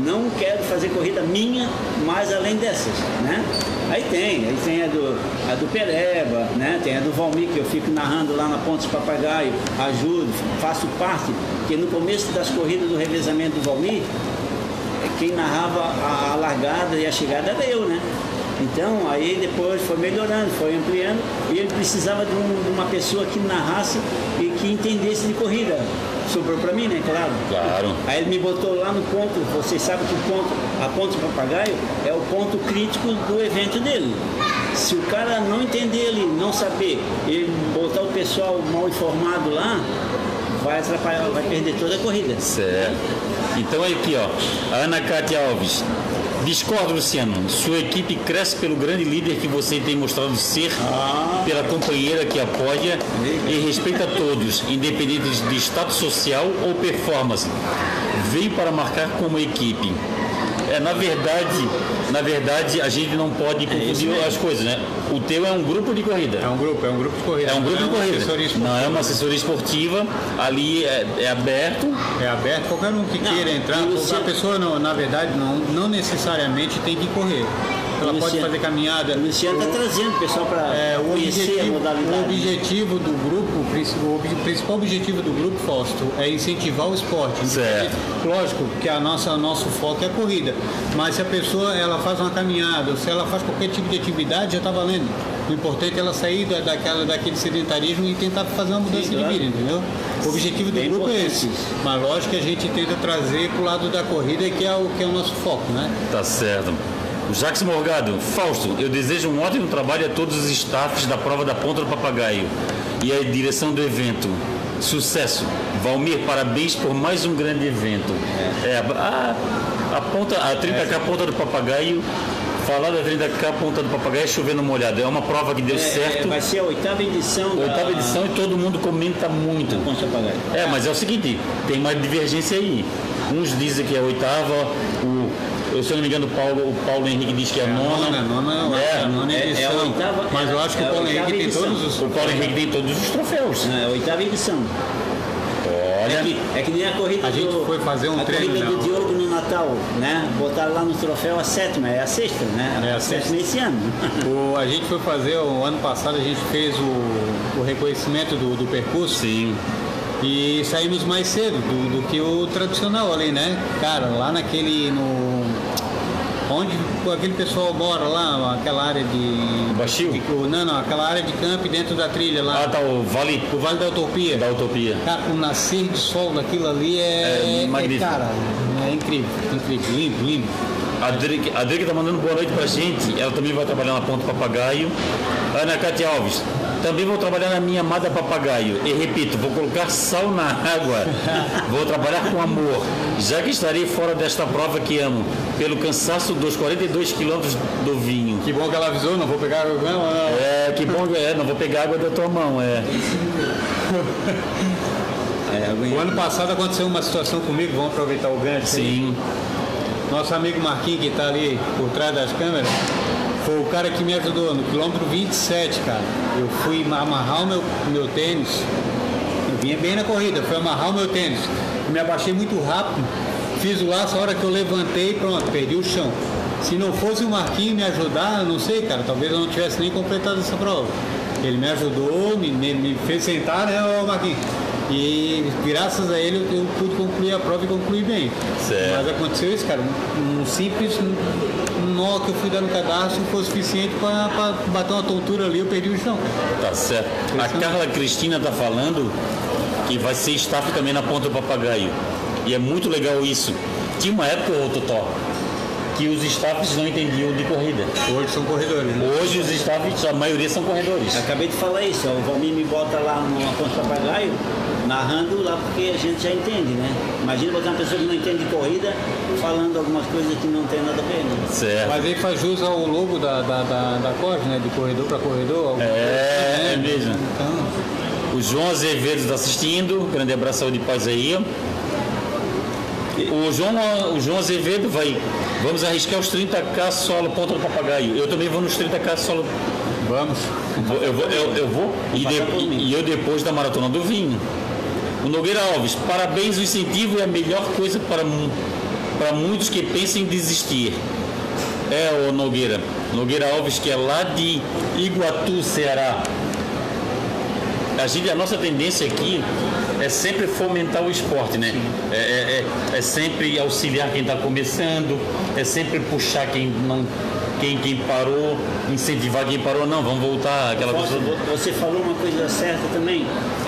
não quero fazer corrida minha, mas além dessas, né? Aí tem a do Pereba, né? Tem a do Valmir, que eu fico narrando lá na Ponte dos Papagaio, ajudo, faço parte, porque no começo das corridas do revezamento do Valmir, quem narrava a largada e a chegada era eu, né? Então, aí depois foi melhorando, foi ampliando, e ele precisava de uma pessoa que narrasse e que entendesse de corrida. Sobrou para mim, né? Claro. Aí ele me botou lá no ponto, vocês sabem que a Ponte do Papagaio é o ponto crítico do evento dele. Se o cara não entender ali, não saber, ele botar o pessoal mal informado lá, vai atrapalhar, vai perder toda a corrida. Certo. Então aqui, ó, a Ana Cátia Alves. Discordo, Luciano. Sua equipe cresce pelo grande líder que você tem mostrado ser, pela companheira que apoia e respeita todos, independente de status social ou performance. Veio para marcar como equipe. Na verdade, a gente não pode confundir as coisas, né? O teu é um grupo de corrida. É um grupo de corrida. É um grupo de corrida. Não é uma assessoria esportiva. Ali é aberto. É aberto, qualquer um que queira entrar. A pessoa, na verdade, não necessariamente tem que correr. Ela pode fazer caminhada. O Luciano está trazendo o pessoal para conhecer a modalidade. O objetivo do grupo, o principal objetivo do grupo, Fausto, é incentivar o esporte. Certo. Lógico que nosso foco é a corrida, mas se a pessoa ela faz uma caminhada, ou se ela faz qualquer tipo de atividade, já está valendo. O importante é ela sair daquele sedentarismo e tentar fazer uma mudança de vida, entendeu? O objetivo do grupo é esse. Mas lógico que a gente tenta trazer para o lado da corrida, que é o nosso foco, né? Tá certo. O Jacques Morgado. Fausto, eu desejo um ótimo trabalho a todos os staffs da prova da Ponta do Papagaio e a direção do evento. Sucesso. Valmir, parabéns por mais um grande evento. A 30K Ponta do Papagaio, falar da 30K Ponta do Papagaio é chovendo molhado. É uma prova que deu certo. Vai ser a 8ª edição. Oitava edição e todo mundo comenta muito. Ponta do Papagaio. Mas é o seguinte, tem uma divergência aí. Uns dizem que é a 8ª, se eu não me engano, o Paulo Henrique diz que é a 9ª. A nona edição. É a 8ª. Mas eu acho que o Paulo Henrique tem todos os. O Paulo Henrique tem todos os troféus. É a 8ª edição. Olha. É que nem a corrida gente foi fazer um treino, corrida do Diogo no Natal, né? Botaram lá no troféu a 7ª, é a 6ª, né? É a 6ª esse ano. A gente foi fazer, o ano passado a gente fez o reconhecimento do percurso. Sim. E saímos mais cedo do que o tradicional ali, né? Cara, lá onde aquele pessoal mora lá, aquela área de... Baixio? Não, aquela área de campo dentro da trilha lá. Tá, o Vale da Utopia. Da Utopia. Cara, o nascer de sol daquilo ali é magnífico. Cara, é incrível, lindo. A Drica tá mandando boa noite pra gente. Ela também vai trabalhar na Ponta do Papagaio. Ana Cátia Alves. Também vou trabalhar na minha amada Papagaio. E repito, vou colocar sal na água. Vou trabalhar com amor. Já que estarei fora desta prova que amo, pelo cansaço dos 42 quilômetros do vinho. Que bom que ela avisou, não vou pegar água com ela. Que bom, não vou pegar água da tua mão, O ano passado aconteceu uma situação comigo, vamos aproveitar o gancho. Sim. Nosso amigo Marquinhos, que está ali por trás das câmeras, foi o cara que me ajudou no quilômetro 27, cara. Eu fui amarrar o meu tênis, eu vinha bem na corrida, fui amarrar o meu tênis. Eu me abaixei muito rápido, fiz o laço, a hora que eu levantei, pronto, perdi o chão. Se não fosse o Marquinhos me ajudar, não sei, cara, talvez eu não tivesse nem completado essa prova. Ele me ajudou, me fez sentar, né, Marquinhos? E graças a ele eu pude concluir a prova e concluir bem. Certo. Mas aconteceu isso, cara. Um simples nó que eu fui dar no cadastro foi o suficiente para bater uma tontura ali, eu perdi o chão, cara. Tá certo. A Carla Cristina tá falando que vai ser staff também na Ponta do Papagaio. E é muito legal isso. Tinha uma época, Totó, que os staffs não entendiam de corrida. Hoje são corredores, né? Hoje os staffs, a maioria são corredores. Acabei de falar isso, o Valmir me bota lá no Ponta do Papagaio, narrando lá porque a gente já entende, né? Imagina botar uma pessoa que não entende de corrida falando algumas coisas que não tem nada a ver, né? Certo. Mas ele faz jus ao logo da Corte, né? De corredor para corredor. É mesmo. Então... O João Azevedo está assistindo, grande abraço de paz aí. O João Azevedo vamos arriscar os 30K solo Ponta do Papagaio. Eu também vou nos 30K solo. Vamos. Eu vou. E eu depois da Maratona do Vinho. O Nogueira Alves, parabéns, o incentivo é a melhor coisa para para muitos que pensam em desistir. O Nogueira Alves, que é lá de Iguatu, Ceará. A nossa tendência aqui é sempre fomentar o esporte, né? É sempre auxiliar quem está começando, é sempre puxar quem parou, incentivar quem parou. Não, vamos voltar aquela coisa. Você falou uma coisa certa também.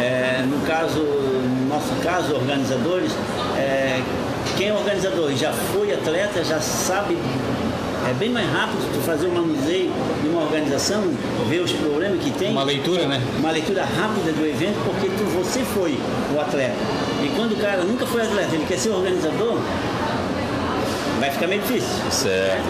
No nosso caso, organizadores, quem é organizador já foi atleta, já sabe. É bem mais rápido tu fazer um manuseio de uma organização, ver os problemas que tem. Uma leitura, né? Uma leitura rápida do evento, porque você foi o atleta. E quando o cara nunca foi atleta, ele quer ser organizador, vai ficar meio difícil. Certo.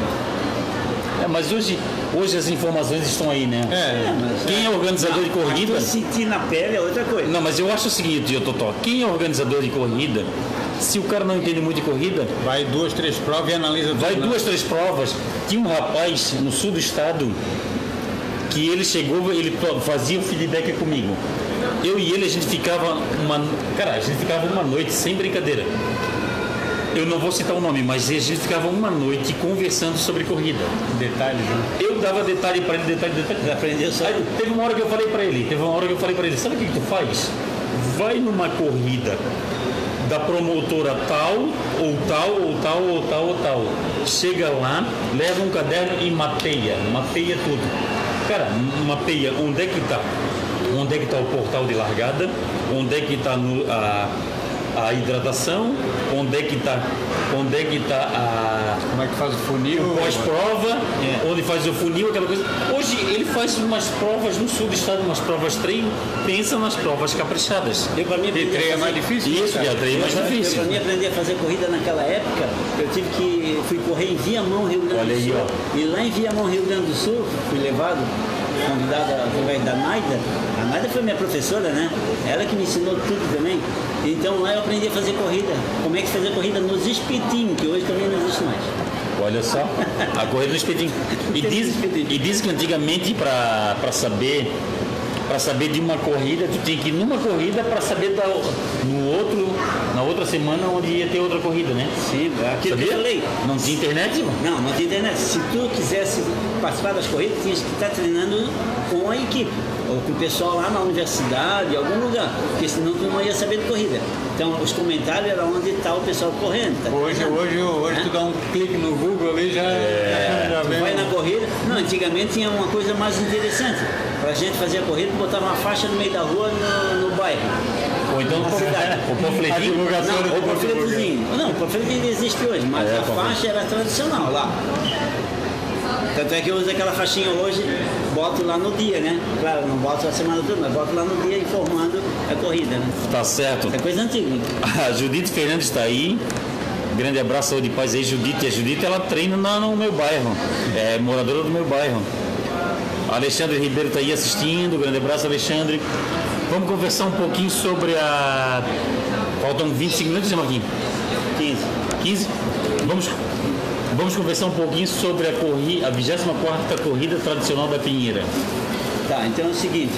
Mas hoje as informações estão aí, né? Quem é organizador de corrida... sentir na pele é outra coisa. Não, mas eu acho o seguinte, Totó, quem é organizador de corrida, se o cara não entende muito de corrida... Vai 2, 3 provas e analisa tudo. Vai 2, 3 provas. Tinha um rapaz no sul do estado que ele chegou, ele fazia o feedback comigo. Eu e ele, a gente ficava uma noite, sem brincadeira. Eu não vou citar o nome, mas a gente ficava uma noite conversando sobre corrida. Detalhes, né? Eu dava detalhe para ele, detalhe. Aprendeu só. Aí, teve uma hora que eu falei para ele, sabe o que tu faz? Vai numa corrida da promotora tal, ou tal, ou tal, ou tal, ou tal. Chega lá, leva um caderno e mapeia tudo. Cara, mapeia onde é que está o portal de largada, onde é que está a hidratação, onde é que está como é que faz o funil, o pós-prova, onde faz o funil, aquela coisa. Hoje ele faz umas provas no sul do estado, umas provas treino, pensa nas provas caprichadas. Para mim treino é mais difícil. Isso, treino é mais difícil. Para mim aprender a fazer corrida naquela época, fui correr em Viamão, Rio Grande do Sul. Olha aí, e lá em Viamão, Rio Grande do Sul, fui convidado através da Naida. A Naida foi minha professora, né? Ela que me ensinou tudo também. Então lá eu aprendi a fazer corrida. Como é que fazer corrida nos espetinhos, que hoje também não existe mais. Olha só, a corrida no espetinho. E diz que antigamente para saber de uma corrida, tu tinha que ir numa corrida para saber na outra semana onde ia ter outra corrida, né? Sim, aquilo que eu falei. Não tinha internet, mano? Não tinha internet. Se tu quisesse participar das corridas, tinha que estar treinando com a equipe, ou com o pessoal lá na universidade, em algum lugar, porque senão tu não ia saber de corrida. Então os comentários eram onde está o pessoal correndo. Tá hoje tu dá um clique no Google ali já tu vai na corrida. Não, antigamente tinha uma coisa mais interessante. Pra gente fazer a corrida, botava uma faixa no meio da rua no bairro. Ou então o panfletinho. Não, o panfletozinho. Não, o panfleto ainda existe hoje, mas a faixa era tradicional lá. Tanto é que eu uso aquela faixinha hoje, boto lá no dia, né? Claro, não boto a semana toda, mas boto lá no dia informando a corrida, né? Tá certo. É coisa antiga. Né? A Judite Fernandes está aí. Grande abraço, saúde e paz aí, Judite. A Judite, ela treina no meu bairro. É moradora do meu bairro. Alexandre Ribeiro está aí assistindo. Grande abraço, Alexandre. Vamos conversar um pouquinho sobre a... Faltam 25 minutos, Marquinhos? 15? Vamos conversar um pouquinho sobre a 24ª corrida tradicional da Pinheira. Tá, então é o seguinte,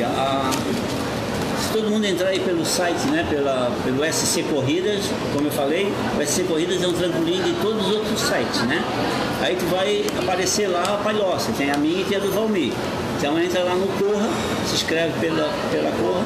se todo mundo entrar aí pelo site, né, pelo SC Corridas, como eu falei, o SC Corridas é um trampolim de todos os outros sites, né? Aí tu vai aparecer lá a Palhoça, tem a minha e tem a do Valmir. Então entra lá no Corra, se inscreve pela Corra,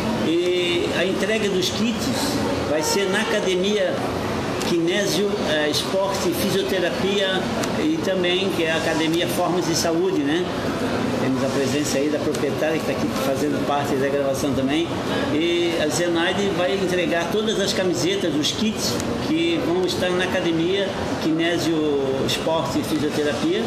e a entrega dos kits vai ser na academia Kinésio, Esporte, Fisioterapia e também que é a Academia Formas de Saúde, né? Temos a presença aí da proprietária que está aqui fazendo parte da gravação também. E a Zenaide vai entregar todas as camisetas, os kits que vão estar na Academia Kinésio, Esporte e Fisioterapia.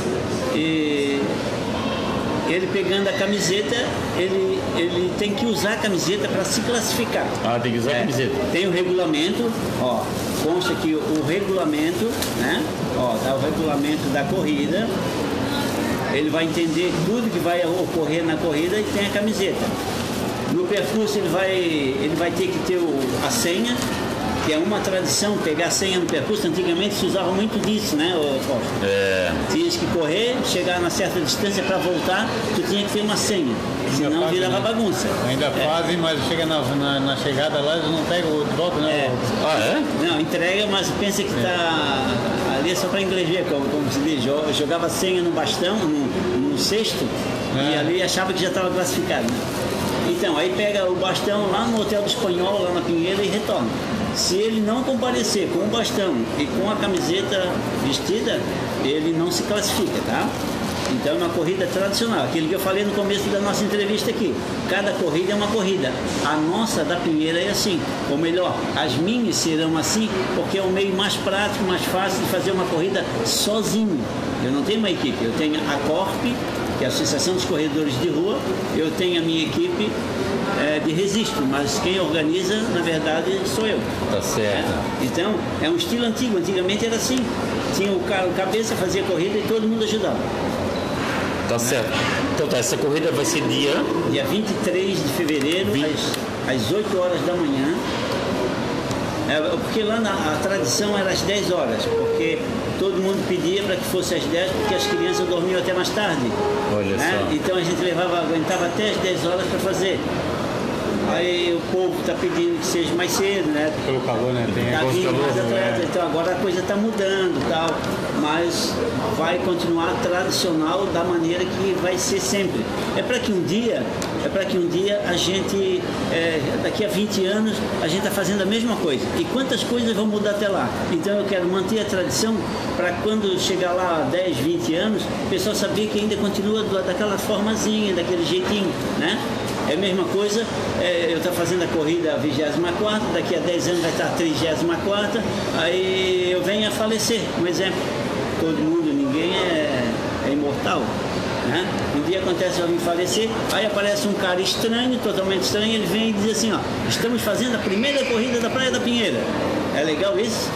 E ele pegando a camiseta, ele tem que usar a camiseta para se classificar. Tem que usar a camiseta. Tem o regulamento, consta aqui o regulamento, né? Tá o regulamento da corrida. Ele vai entender tudo que vai ocorrer na corrida e tem a camiseta. No percurso ele vai ter que ter a senha, que é uma tradição, pegar a senha no percurso. Antigamente se usava muito disso, né, Fausto? Tinhas que correr, chegar na certa distância para voltar, tu tinha que ter uma senha, senão virava bagunça. Ainda fazem, mas chega na chegada lá, eles não pegam o de volta, né? Não, entrega, mas pensa que está ali só para inglês ver, como se diz, jogava a senha no bastão, no cesto, e ali achava que já estava classificado, né? Então, aí pega o bastão lá no Hotel do Espanhol, lá na Pinheira, e retorna. Se ele não comparecer com o bastão e com a camiseta vestida, ele não se classifica, tá? Então é uma corrida tradicional, aquilo que eu falei no começo da nossa entrevista aqui. Cada corrida é uma corrida. A nossa da Pinheira é assim, ou melhor, as minhas serão assim, porque é o meio mais prático, mais fácil de fazer uma corrida sozinho. Eu não tenho uma equipe, eu tenho a Corp, que é a Associação dos Corredores de Rua, eu tenho a minha equipe de registro, mas quem organiza, na verdade, sou eu. Tá certo. Então, é um estilo antigo, antigamente era assim, tinha o cabeça, fazia corrida e todo mundo ajudava. Tá certo. Então tá, essa corrida vai ser dia 23 de fevereiro, às 8 horas da manhã. Porque lá a tradição era às 10 horas, porque todo mundo pedia para que fosse às 10, porque as crianças dormiam até mais tarde. Olha só. Então a gente aguentava até as 10 horas para fazer. Aí o povo está pedindo que seja mais cedo, né? Pelo calor, né? Tem mais atleta, então agora a coisa está mudando e tal, mas vai continuar tradicional da maneira que vai ser sempre. É para que um dia a gente, daqui a 20 anos, a gente está fazendo a mesma coisa. E quantas coisas vão mudar até lá? Então eu quero manter a tradição para quando chegar lá 10, 20 anos, o pessoal saber que ainda continua daquela formazinha, daquele jeitinho, né? É a mesma coisa, eu estou fazendo a corrida a 24ª, daqui a 10 anos vai estar a 34ª, aí eu venho a falecer, um exemplo. Todo mundo, ninguém é imortal, né? Um dia acontece eu vim falecer, aí aparece um cara estranho, totalmente estranho, ele vem e diz assim, ó, estamos fazendo a primeira corrida da Praia da Pinheira. É legal isso?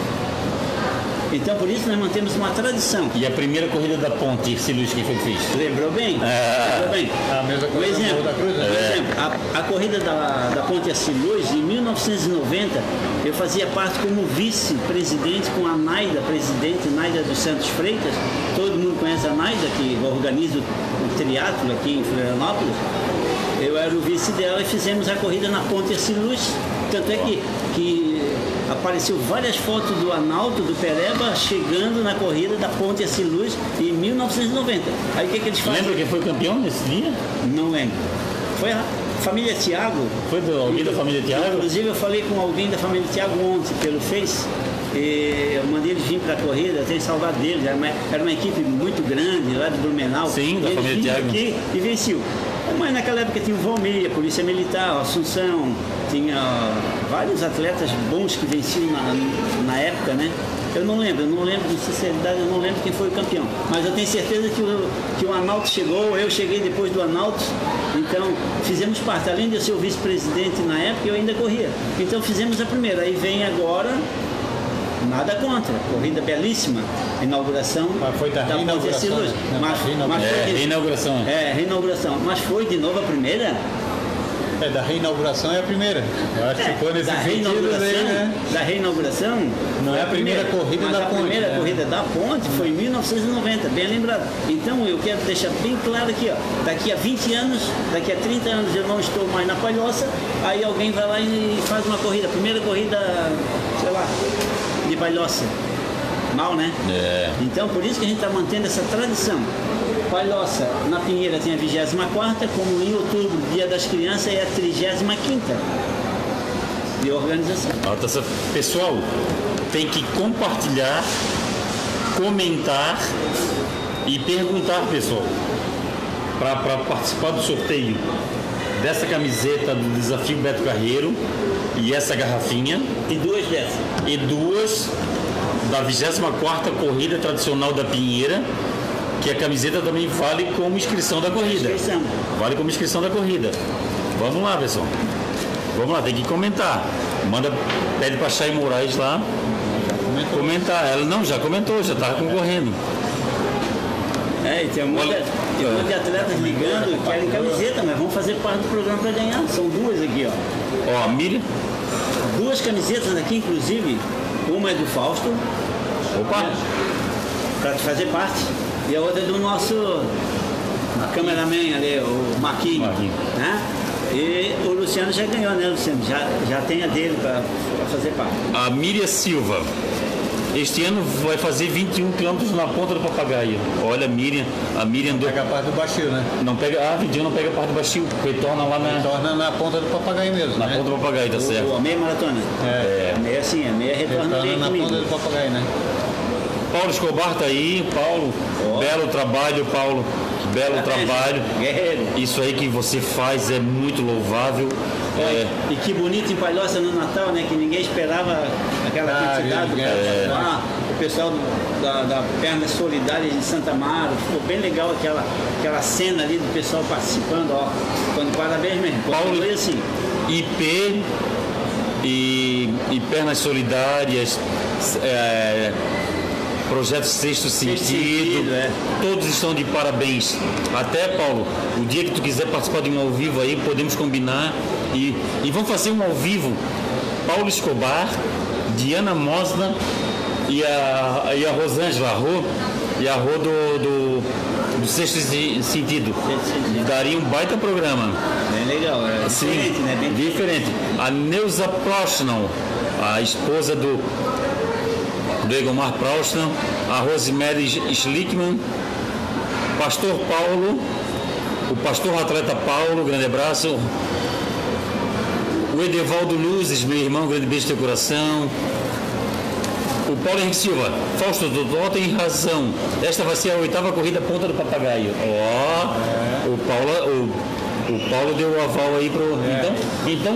Então, por isso, nós mantemos uma tradição. E a primeira corrida da Ponte, Luiz, quem foi que fez? Lembrou bem? Lembrou bem. A mesma coisa exemplo, da Cruz, né? Por exemplo, a corrida da Ponte Luz, em 1990, eu fazia parte como vice-presidente com a Naida, presidente Naida dos Santos Freitas. Todo mundo conhece a Naida, que organiza o triatlo aqui em Florianópolis. Eu era o vice dela e fizemos a corrida na Ponte Luz. Tanto é que apareceu várias fotos do Analto, do Pereba, chegando na corrida da Ponte Luz em 1990. Aí o que eles fazem? Lembra quem foi campeão nesse dia? Não lembro. Foi a família Thiago. Foi alguém da família Thiago? Inclusive eu falei com alguém da família Thiago ontem pelo Face. E eu mandei eles vir para a corrida, eu tenho saudade deles. Era uma equipe muito grande lá de Blumenau. Sim, da família Thiago. Aqui e venceu. Mas naquela época tinha o Valmir, a Polícia Militar, a Assunção, tinha vários atletas bons que venciam na época, né? Eu não lembro, com sinceridade, eu não lembro quem foi o campeão. Mas eu tenho certeza que o Analto chegou, eu cheguei depois do Analto, então fizemos parte. Além de eu ser o vice-presidente na época, eu ainda corria. Então fizemos a primeira, aí vem agora. Nada contra, corrida belíssima, inauguração. Mas foi da reinauguração. Reinauguração. Reinauguração. Mas foi de novo a primeira? Da reinauguração é a primeira. Eu acho que ficou nesse sentido aí, né? Da reinauguração? Não é a primeira corrida da Ponte. A primeira corrida da Ponte foi em 1990, bem lembrado. Então eu quero deixar bem claro aqui, ó. Daqui a 20 anos, daqui a 30 anos eu não estou mais na Palhoça, aí alguém vai lá e faz uma corrida. Primeira corrida, sei lá, de Palhoça. Mal, né? Então, por isso que a gente está mantendo essa tradição. Palhoça, na Pinheira tem a 24ª, como em outubro, Dia das Crianças, é a 35ª de organização. Pessoal, tem que compartilhar, comentar e perguntar, pessoal, para participar do sorteio dessa camiseta do Desafio Beto Carreiro e essa garrafinha. E duas dessas. E duas da 24ª Corrida Tradicional da Pinheira, que a camiseta também vale como inscrição da corrida. Vale como inscrição da corrida. Vamos lá, pessoal. Vamos lá, tem que comentar. Pede para a Chay Moraes lá comentar. Ela não, já comentou, já estava concorrendo. E tem um monte de atletas ligando, querem camiseta, mas vão fazer parte do programa para ganhar. São duas aqui, ó. Miriam. duas camisetas aqui, inclusive. Uma é do Fausto. Opa! Para fazer parte. E a outra é do nosso cameraman ali, o Marquinhos. Né? E o Luciano já ganhou, né, Luciano? Já tem a dele para fazer parte. A Miriam Silva. Este ano vai fazer 21 quilômetros na ponta do Papagaio. Olha, a Miriam do... Pega a parte do baixio, né? Não pega, 21 não pega a parte do baixio, retorna lá na... Retorna na ponta do Papagaio mesmo, na ponta do Papagaio, tá certo. A meia maratona. É. A meia sim, a meia retorna na ponta do Papagaio, né? Paulo Escobar tá aí, Paulo. Belo trabalho, Paulo. Belo trabalho. Guerreiro. Isso aí que você faz é muito louvável. E que bonito em Palhoça no Natal, né? Que ninguém esperava aquela quantidade. O pessoal da Pernas Solidárias de Santa Amaro, ficou bem legal aquela cena ali do pessoal participando, ó. Então, parabéns mesmo. Paulo, foi assim. IP e Pernas Solidárias, Projeto Sexto Sentido, todos estão de parabéns. Até, Paulo, o dia que tu quiser participar de um ao vivo aí, podemos combinar e vamos fazer um ao vivo. Paulo Escobar, Diana Mosna e a Rosângela Arro, e a Rô do Sexto Sentido. Daria um baita programa. Bem legal, diferente, né? Bem diferente. A Neuza Prochnow, a esposa do Egomar Prochnow, a Rosemary Schlickman, Pastor Paulo, o Pastor Atleta Paulo, grande abraço. O Edevaldo Luzes, meu irmão, grande beijo do teu coração. O Paulo Henrique Silva, Fausto Dodó tem razão. Esta vai ser a 8ª corrida ponta do Papagaio. O Paulo deu o aval aí pro. Então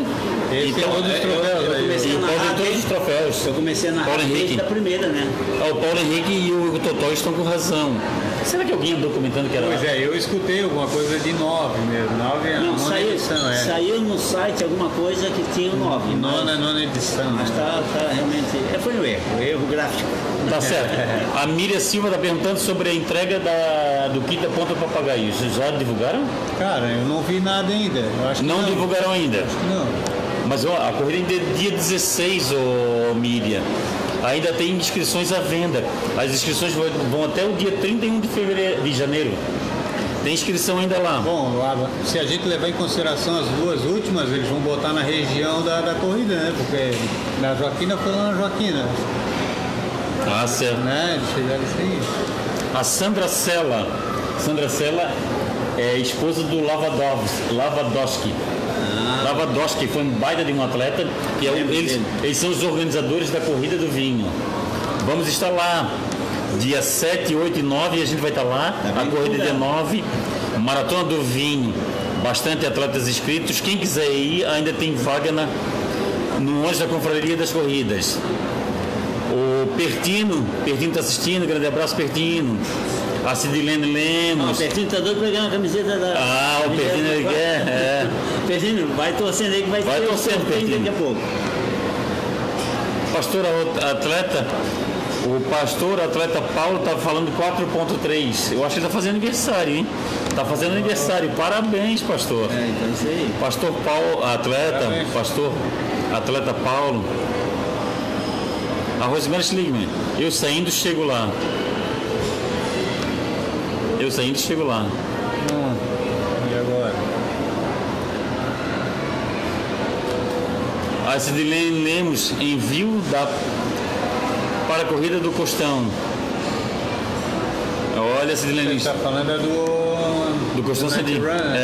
todos os troféus. Eu comecei a narrar desde a primeira, né? O Paulo Henrique e o Totó estão com razão. Será que alguém andou comentando que era? Pois eu escutei alguma coisa de 9 mesmo. 9 é não, saiu no site alguma coisa que tinha 9. Nona edição. Mas tá realmente. Foi um erro gráfico. Tá certo. A Miriam Silva está perguntando sobre a entrega do kit da ponta do Papagaio. Vocês já divulgaram? Cara, eu não vi nada ainda. Eu acho que não divulgaram ainda? Acho que não. Mas a corrida é dia 16, Miriam. Ainda tem inscrições à venda. As inscrições vão até o dia 31 de janeiro. Tem inscrição ainda lá. Bom, se a gente levar em consideração as duas últimas, eles vão botar na região da corrida, né? Porque na Joaquina foi lá na Joaquina. Certo. Né? Eles fizeram isso aí. A Sandra Sella é esposa do Lavadowski. Lavadowski foi um baita de um atleta, que eles são os organizadores da Corrida do Vinho. Vamos estar lá dia 7, 8 e 9, a gente vai estar lá. A corrida dia 9, Maratona do Vinho, bastante atletas inscritos. Quem quiser ir, ainda tem vaga no ônibus da Confraria das Corridas. O Pertino está assistindo, grande abraço, Pertino. A Cidilene Lemos. O Pertino está doido para ganhar uma camiseta da... o Pertino ele quer, Pertino, vai torcendo aí que vai ter torcendo, Pertino. Daqui a pouco. O pastor atleta Paulo está falando 4.3. Eu acho que ele está fazendo aniversário, hein? Está fazendo aniversário. Parabéns, pastor. Então isso aí. Pastor Paulo, pastor atleta Paulo. A Rosemary Schligman. Eu saindo, chego lá. E agora? A Cidilene Lemos, envio para a corrida do Costão. Olha, Cidilene Lemos. Você está falando do Costão Cedinho.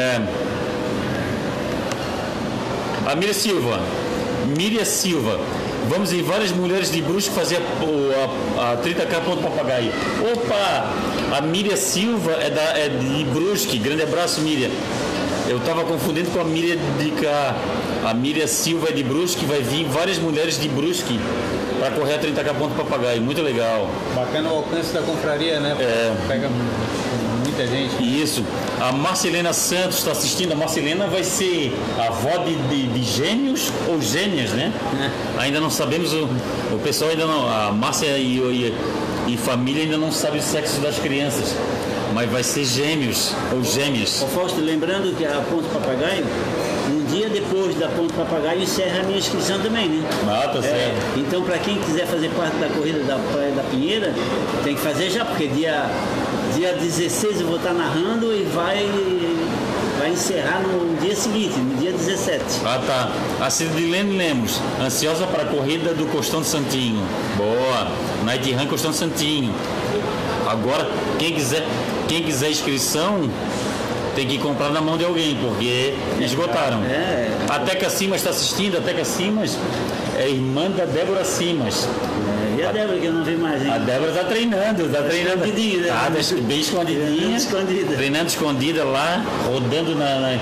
A Miriam Silva. Vamos em várias mulheres de Brusque fazer a 30K ponto Papagaio. Opa! A Miriam Silva é de Brusque. Grande abraço, Miriam. Eu estava confundindo com a Miriam de cá. A Miriam Silva é de Brusque. Vai vir várias mulheres de Brusque para correr a 30K ponto Papagaio. Muito legal. Bacana o alcance da confraria, né? Pega muita gente. Isso. A Marcelena Santos está assistindo. A Marcelena vai ser a avó de gêmeos ou gêmeas, né? Ainda não sabemos, o pessoal ainda não... A Márcia e família ainda não sabe o sexo das crianças. Mas vai ser gêmeos ou gêmeas. Fausto, lembrando que a Ponte Papagaio, um dia depois da Ponte Papagaio encerra a minha inscrição também, né? Ah, tá certo. Então, para quem quiser fazer parte da corrida da Praia da Pinheira, tem que fazer já, porque dia 16 eu vou estar narrando e vai encerrar no dia seguinte, no dia 17. Ah, tá. A Cidilene Lemos, ansiosa para a corrida do Costão de Santinho. Boa. Night Run Costão de Santinho. Agora, quem quiser inscrição, tem que comprar na mão de alguém, porque esgotaram. A Teca Simas está assistindo, a Teca Simas é irmã da Débora Simas. E a Débora, que eu não vi mais, hein? A Débora está treinando. Escondidinha, né? Tá bem escondidinha. Treinando escondida lá, rodando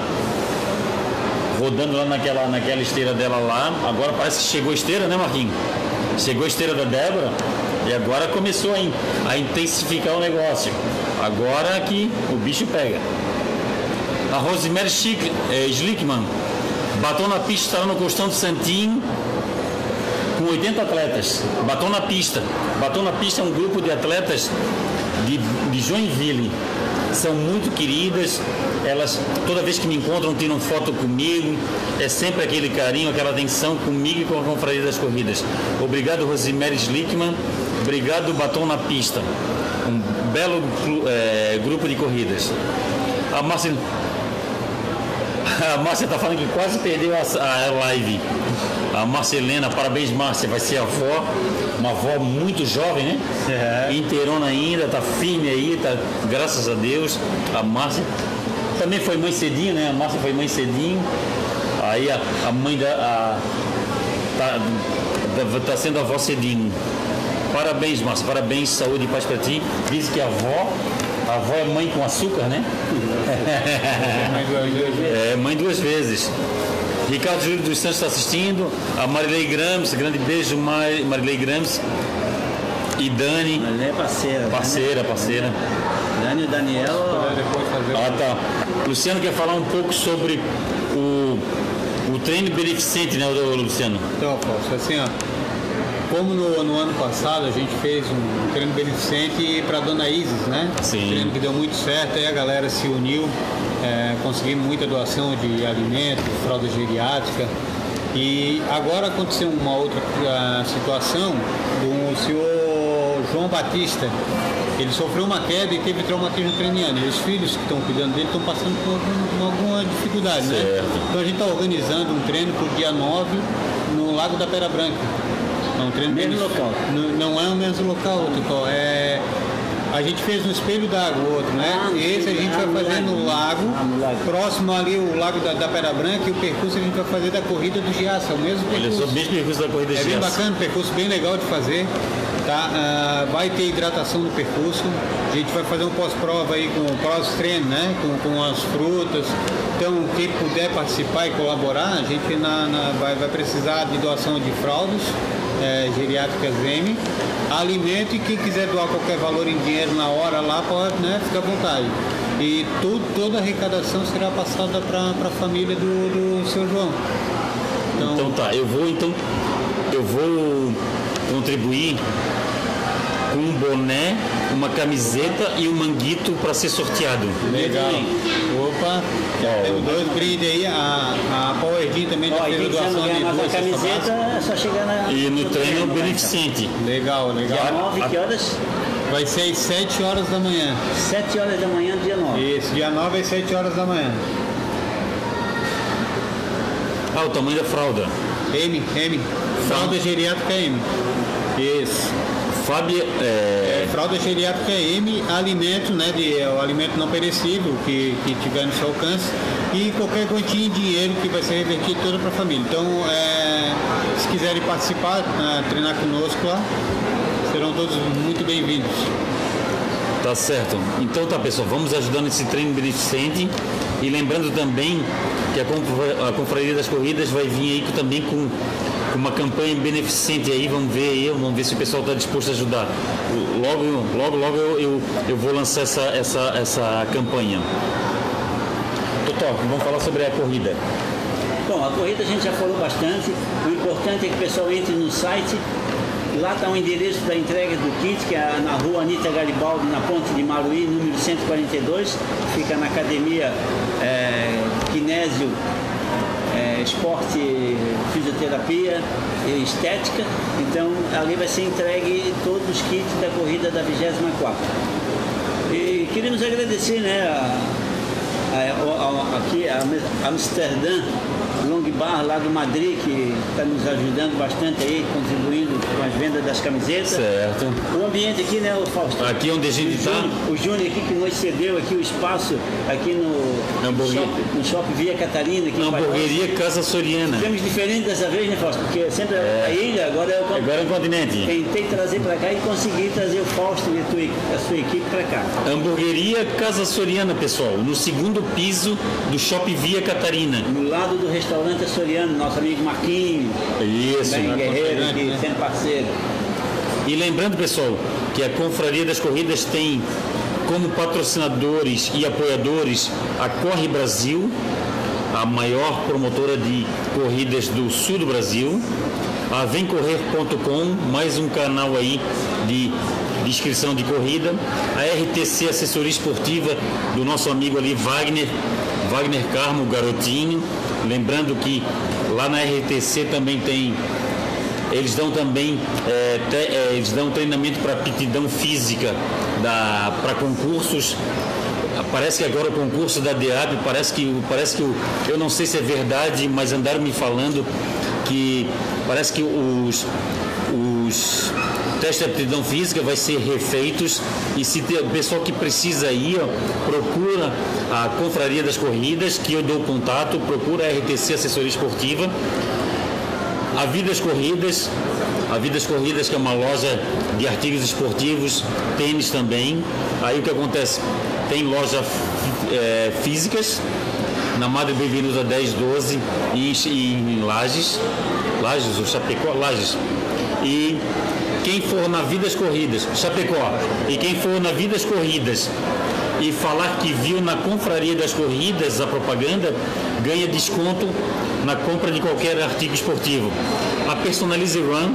lá naquela esteira dela lá. Agora parece que chegou a esteira, né, Marquinhos? Chegou a esteira da Débora e agora começou a intensificar o negócio. Agora que o bicho pega. A Rosemary Schlickman, batom na pista, está no Costão de Santinho, com 80 atletas. Batom na pista. Batom na pista é um grupo de atletas de Joinville. São muito queridas. Elas, toda vez que me encontram, tiram foto comigo. É sempre aquele carinho, aquela atenção comigo e com a Confraria das Corridas. Obrigado, Rosemary Schlickman. Obrigado, Batom na Pista. Um belo grupo de corridas. A Márcia está falando que quase perdeu a live. A Marcelena, parabéns, Márcia, vai ser avó, uma avó muito jovem, né? Inteirona ainda, tá firme aí, tá, graças a Deus. A Márcia também foi mãe cedinho, né? A Márcia foi mãe cedinho. Aí a mãe tá sendo avó cedinho. Parabéns, Márcia, parabéns, saúde e paz para ti. Diz que a avó é mãe com açúcar, né? Mãe duas vezes. Ricardo Júlio dos Santos está assistindo. A Marilei Grams, grande beijo, Marilei Grams. E Dani. Marilei é parceira. Dani e o Daniel. Tá. Luciano quer falar um pouco sobre o treino beneficente, né, Luciano? Então, Fausto, assim, ó. Como no ano passado a gente fez um treino beneficente para a Dona Isis, né? Sim. Um treino que deu muito certo, aí a galera se uniu, conseguimos muita doação de alimentos, fralda geriátrica. E agora aconteceu uma outra situação do senhor João Batista. Ele sofreu uma queda e teve traumatismo craniano. E os filhos que estão cuidando dele estão passando por alguma dificuldade, né? Então a gente está organizando um treino para o dia 9 no Lago da Pera Branca. É um treino mesmo local. Não é o mesmo local, Totó. A gente fez no Espelho d'Água, o outro, né? Esse a gente vai fazer no lago, próximo ali o Lago da Pera Branca, e o percurso a gente vai fazer da Corrida do Giaça, o mesmo percurso. Olha só, o mesmo percurso da Corrida do Giaça. É bem bacana, percurso bem legal de fazer. Tá? Vai ter hidratação no percurso. A gente vai fazer um pós-prova aí com pós-treino, né? Com as frutas. Então, quem puder participar e colaborar, a gente vai precisar de doação de fraldas geriátricas M, alimento, e quem quiser doar qualquer valor em dinheiro na hora lá, pode, né? Fica à vontade. E toda a arrecadação será passada para a família do seu João. Então tá, eu vou contribuir com um boné, uma camiseta e um manguito para ser sorteado. Legal. Opa, temos dois brindes aí. A Power Jean também já fez doação de duas camiseta, é só chegar na... E no treino beneficente. Legal. Dia 9, que horas? Vai ser às 7 horas da manhã. 7 horas da manhã, dia 9. Isso, dia 9 às 7 horas da manhã. O tamanho da fralda. M. Fralda geriátrica M. Isso. Fábio, fralda geriátrica M, alimento, né, o alimento não perecível que tiver no seu alcance, e qualquer quantia de dinheiro que vai ser revertido toda para a família. Então, se quiserem participar, treinar conosco lá, serão todos muito bem-vindos. Tá certo. Então tá, pessoal, vamos ajudando esse treino beneficente, e lembrando também que a Confraria das Corridas vai vir aí também com uma campanha beneficente aí, vamos ver se o pessoal está disposto a ajudar. Logo eu vou lançar essa campanha. Totó, vamos falar sobre a corrida. Bom, a corrida a gente já falou bastante. O importante é que o pessoal entre no site. Lá está o endereço da entrega do kit, que é na rua Anita Garibaldi, na Ponte de Maruí, número 142. Fica na academia Kinésio esporte, fisioterapia, estética. Então ali vai ser entregue todos os kits da corrida da 24ª. E queremos agradecer, né, aqui a Amsterdã Long Bar lá do Madrid, que está nos ajudando bastante aí, contribuindo com as vendas das camisetas. Certo. O ambiente aqui, né, o Fausto? Aqui onde a gente está. O Júnior aqui que nos cedeu aqui o espaço aqui no shopping Via Catarina. Aqui Hamburgueria Casa Soriana. Tivemos diferente dessa vez, né, Fausto? Porque sempre a ilha, agora é o continente. Tentei trazer para cá e consegui trazer o Fausto e a sua equipe para cá. Hamburgueria Casa Soriana, pessoal, no segundo piso do shopping Via Catarina. No lado do restaurante Soriano, nosso amigo Marquinhos. Isso. Bem guerreiro aqui, né? sempre parceiro. E lembrando, pessoal, que a Confraria das Corridas tem como patrocinadores e apoiadores a Corre Brasil, a maior promotora de corridas do sul do Brasil, a vemcorrer.com, mais um canal aí de inscrição de corrida, a RTC Assessoria Esportiva do nosso amigo ali Wagner Carmo, garotinho. Lembrando que lá na RTC também tem, eles dão também eles dão treinamento para aptidão física para concursos. Parece que agora o concurso da DEAP, parece que eu não sei se é verdade, mas andaram me falando que parece que os testes de aptidão física vai ser refeitos, e se tem o pessoal que precisa ir, procura a Confraria das Corridas, que eu dou o contato, procura a RTC Assessoria Esportiva, a Vidas Corridas, que é uma loja de artigos esportivos, tênis também. Aí o que acontece? Tem lojas físicas na Madre Benvenuta 1012 e em Lages, o Chapecó, Lages. E quem for na Vidas Corridas, Chapecó, e quem for na Vidas Corridas e falar que viu na Confraria das Corridas a propaganda, ganha desconto na compra de qualquer artigo esportivo. A Personalize Run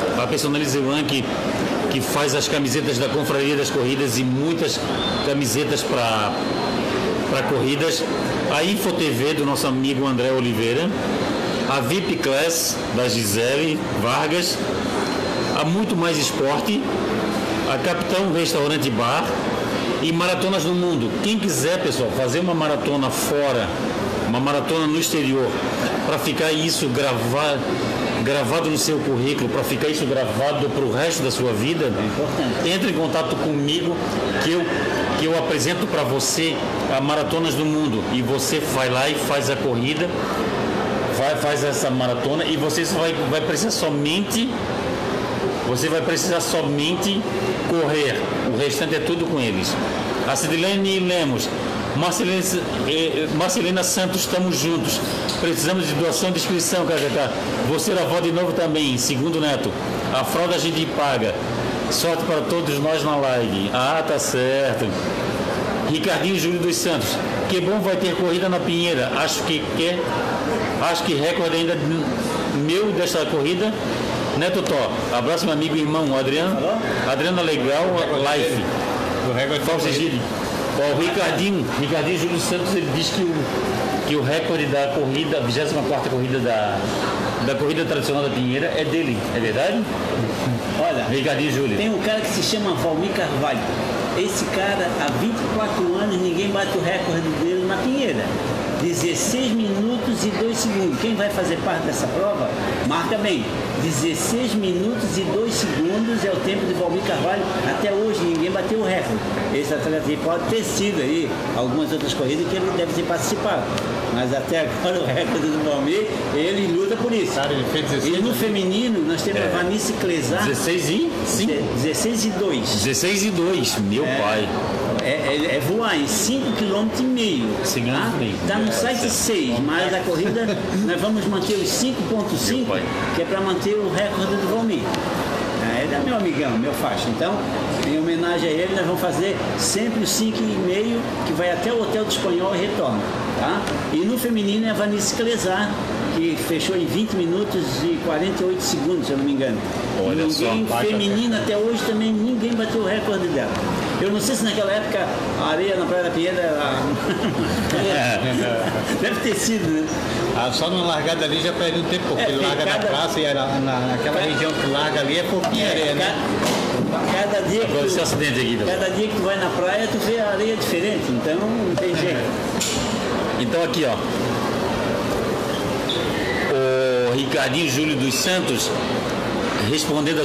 que faz as camisetas da Confraria das Corridas e muitas camisetas para corridas. A InfoTV do nosso amigo André Oliveira. A VIP Class da Gisele Vargas. A Muito Mais Esporte, a Capitão Restaurante Bar e Maratonas no Mundo. Quem quiser, pessoal, fazer uma maratona fora, uma maratona no exterior, para ficar isso gravado no seu currículo, para ficar isso gravado para o resto da sua vida, entre em contato comigo que eu apresento para você a Maratonas do Mundo, e você vai lá e faz a corrida, faz essa maratona, e você vai precisar somente correr, o restante é tudo com eles. A Cidilene Lemos, Marcelina Santos, estamos juntos, precisamos de doação de inscrição, KKK. Vou ser avó de novo também, segundo neto. A fralda a gente paga, sorte para todos nós na live. Ah, tá certo. Ricardinho Júlio dos Santos, que bom, vai ter corrida na Pinheira, acho que recorde ainda meu desta corrida. Neto Tó, abraço meu amigo e irmão Adriano Legal, Life. Fausto Gide. O Ricardinho Júlio Santos, ele diz que o recorde da corrida, a 24ª corrida da corrida tradicional da Pinheira é dele, é verdade? Olha, Ricardinho Júlio. Tem um cara que se chama Valmir Carvalho. Esse cara, há 24 anos, ninguém bate o recorde dele na Pinheira. 16 minutos e 2 segundos. Quem vai fazer parte dessa prova, marca bem. 16 minutos e 2 segundos é o tempo de Valmir Carvalho. Até hoje ninguém bateu o recorde. Esse atleta pode ter sido aí algumas outras corridas que ele deve ter participado. Mas até agora o recorde do Valmir, ele luta por isso. Cara, ele fez 16, e no feminino nós temos a Vanice Clesar. 16 e 5? 16 e 2. 16 e 2, meu pai. É voar em 5,5 km. Está no site 6, mas a corrida nós vamos manter os 5,5, que é para manter o recorde do Valmir. Ele é meu amigão, meu faixa. Então, em homenagem a ele, nós vamos fazer sempre os 5,5, que vai até o Hotel do Espanhol e retorna. Tá? E no feminino é a Vanice Clesar, que fechou em 20 minutos e 48 segundos, se eu não me engano. Olha Ninguém só, feminina até hoje também, ninguém bateu o recorde dela. Eu não sei se naquela época a areia na Praia da Pinheira era... Deve ter sido, né? Só numa largada ali já perde um tempo, porque larga da praça e naquela região que larga ali é pouquinha areia, né? Cada dia que tu vai na praia, tu vê a areia diferente, então não tem jeito. Então aqui, ó. O Ricardinho Júlio dos Santos, respondendo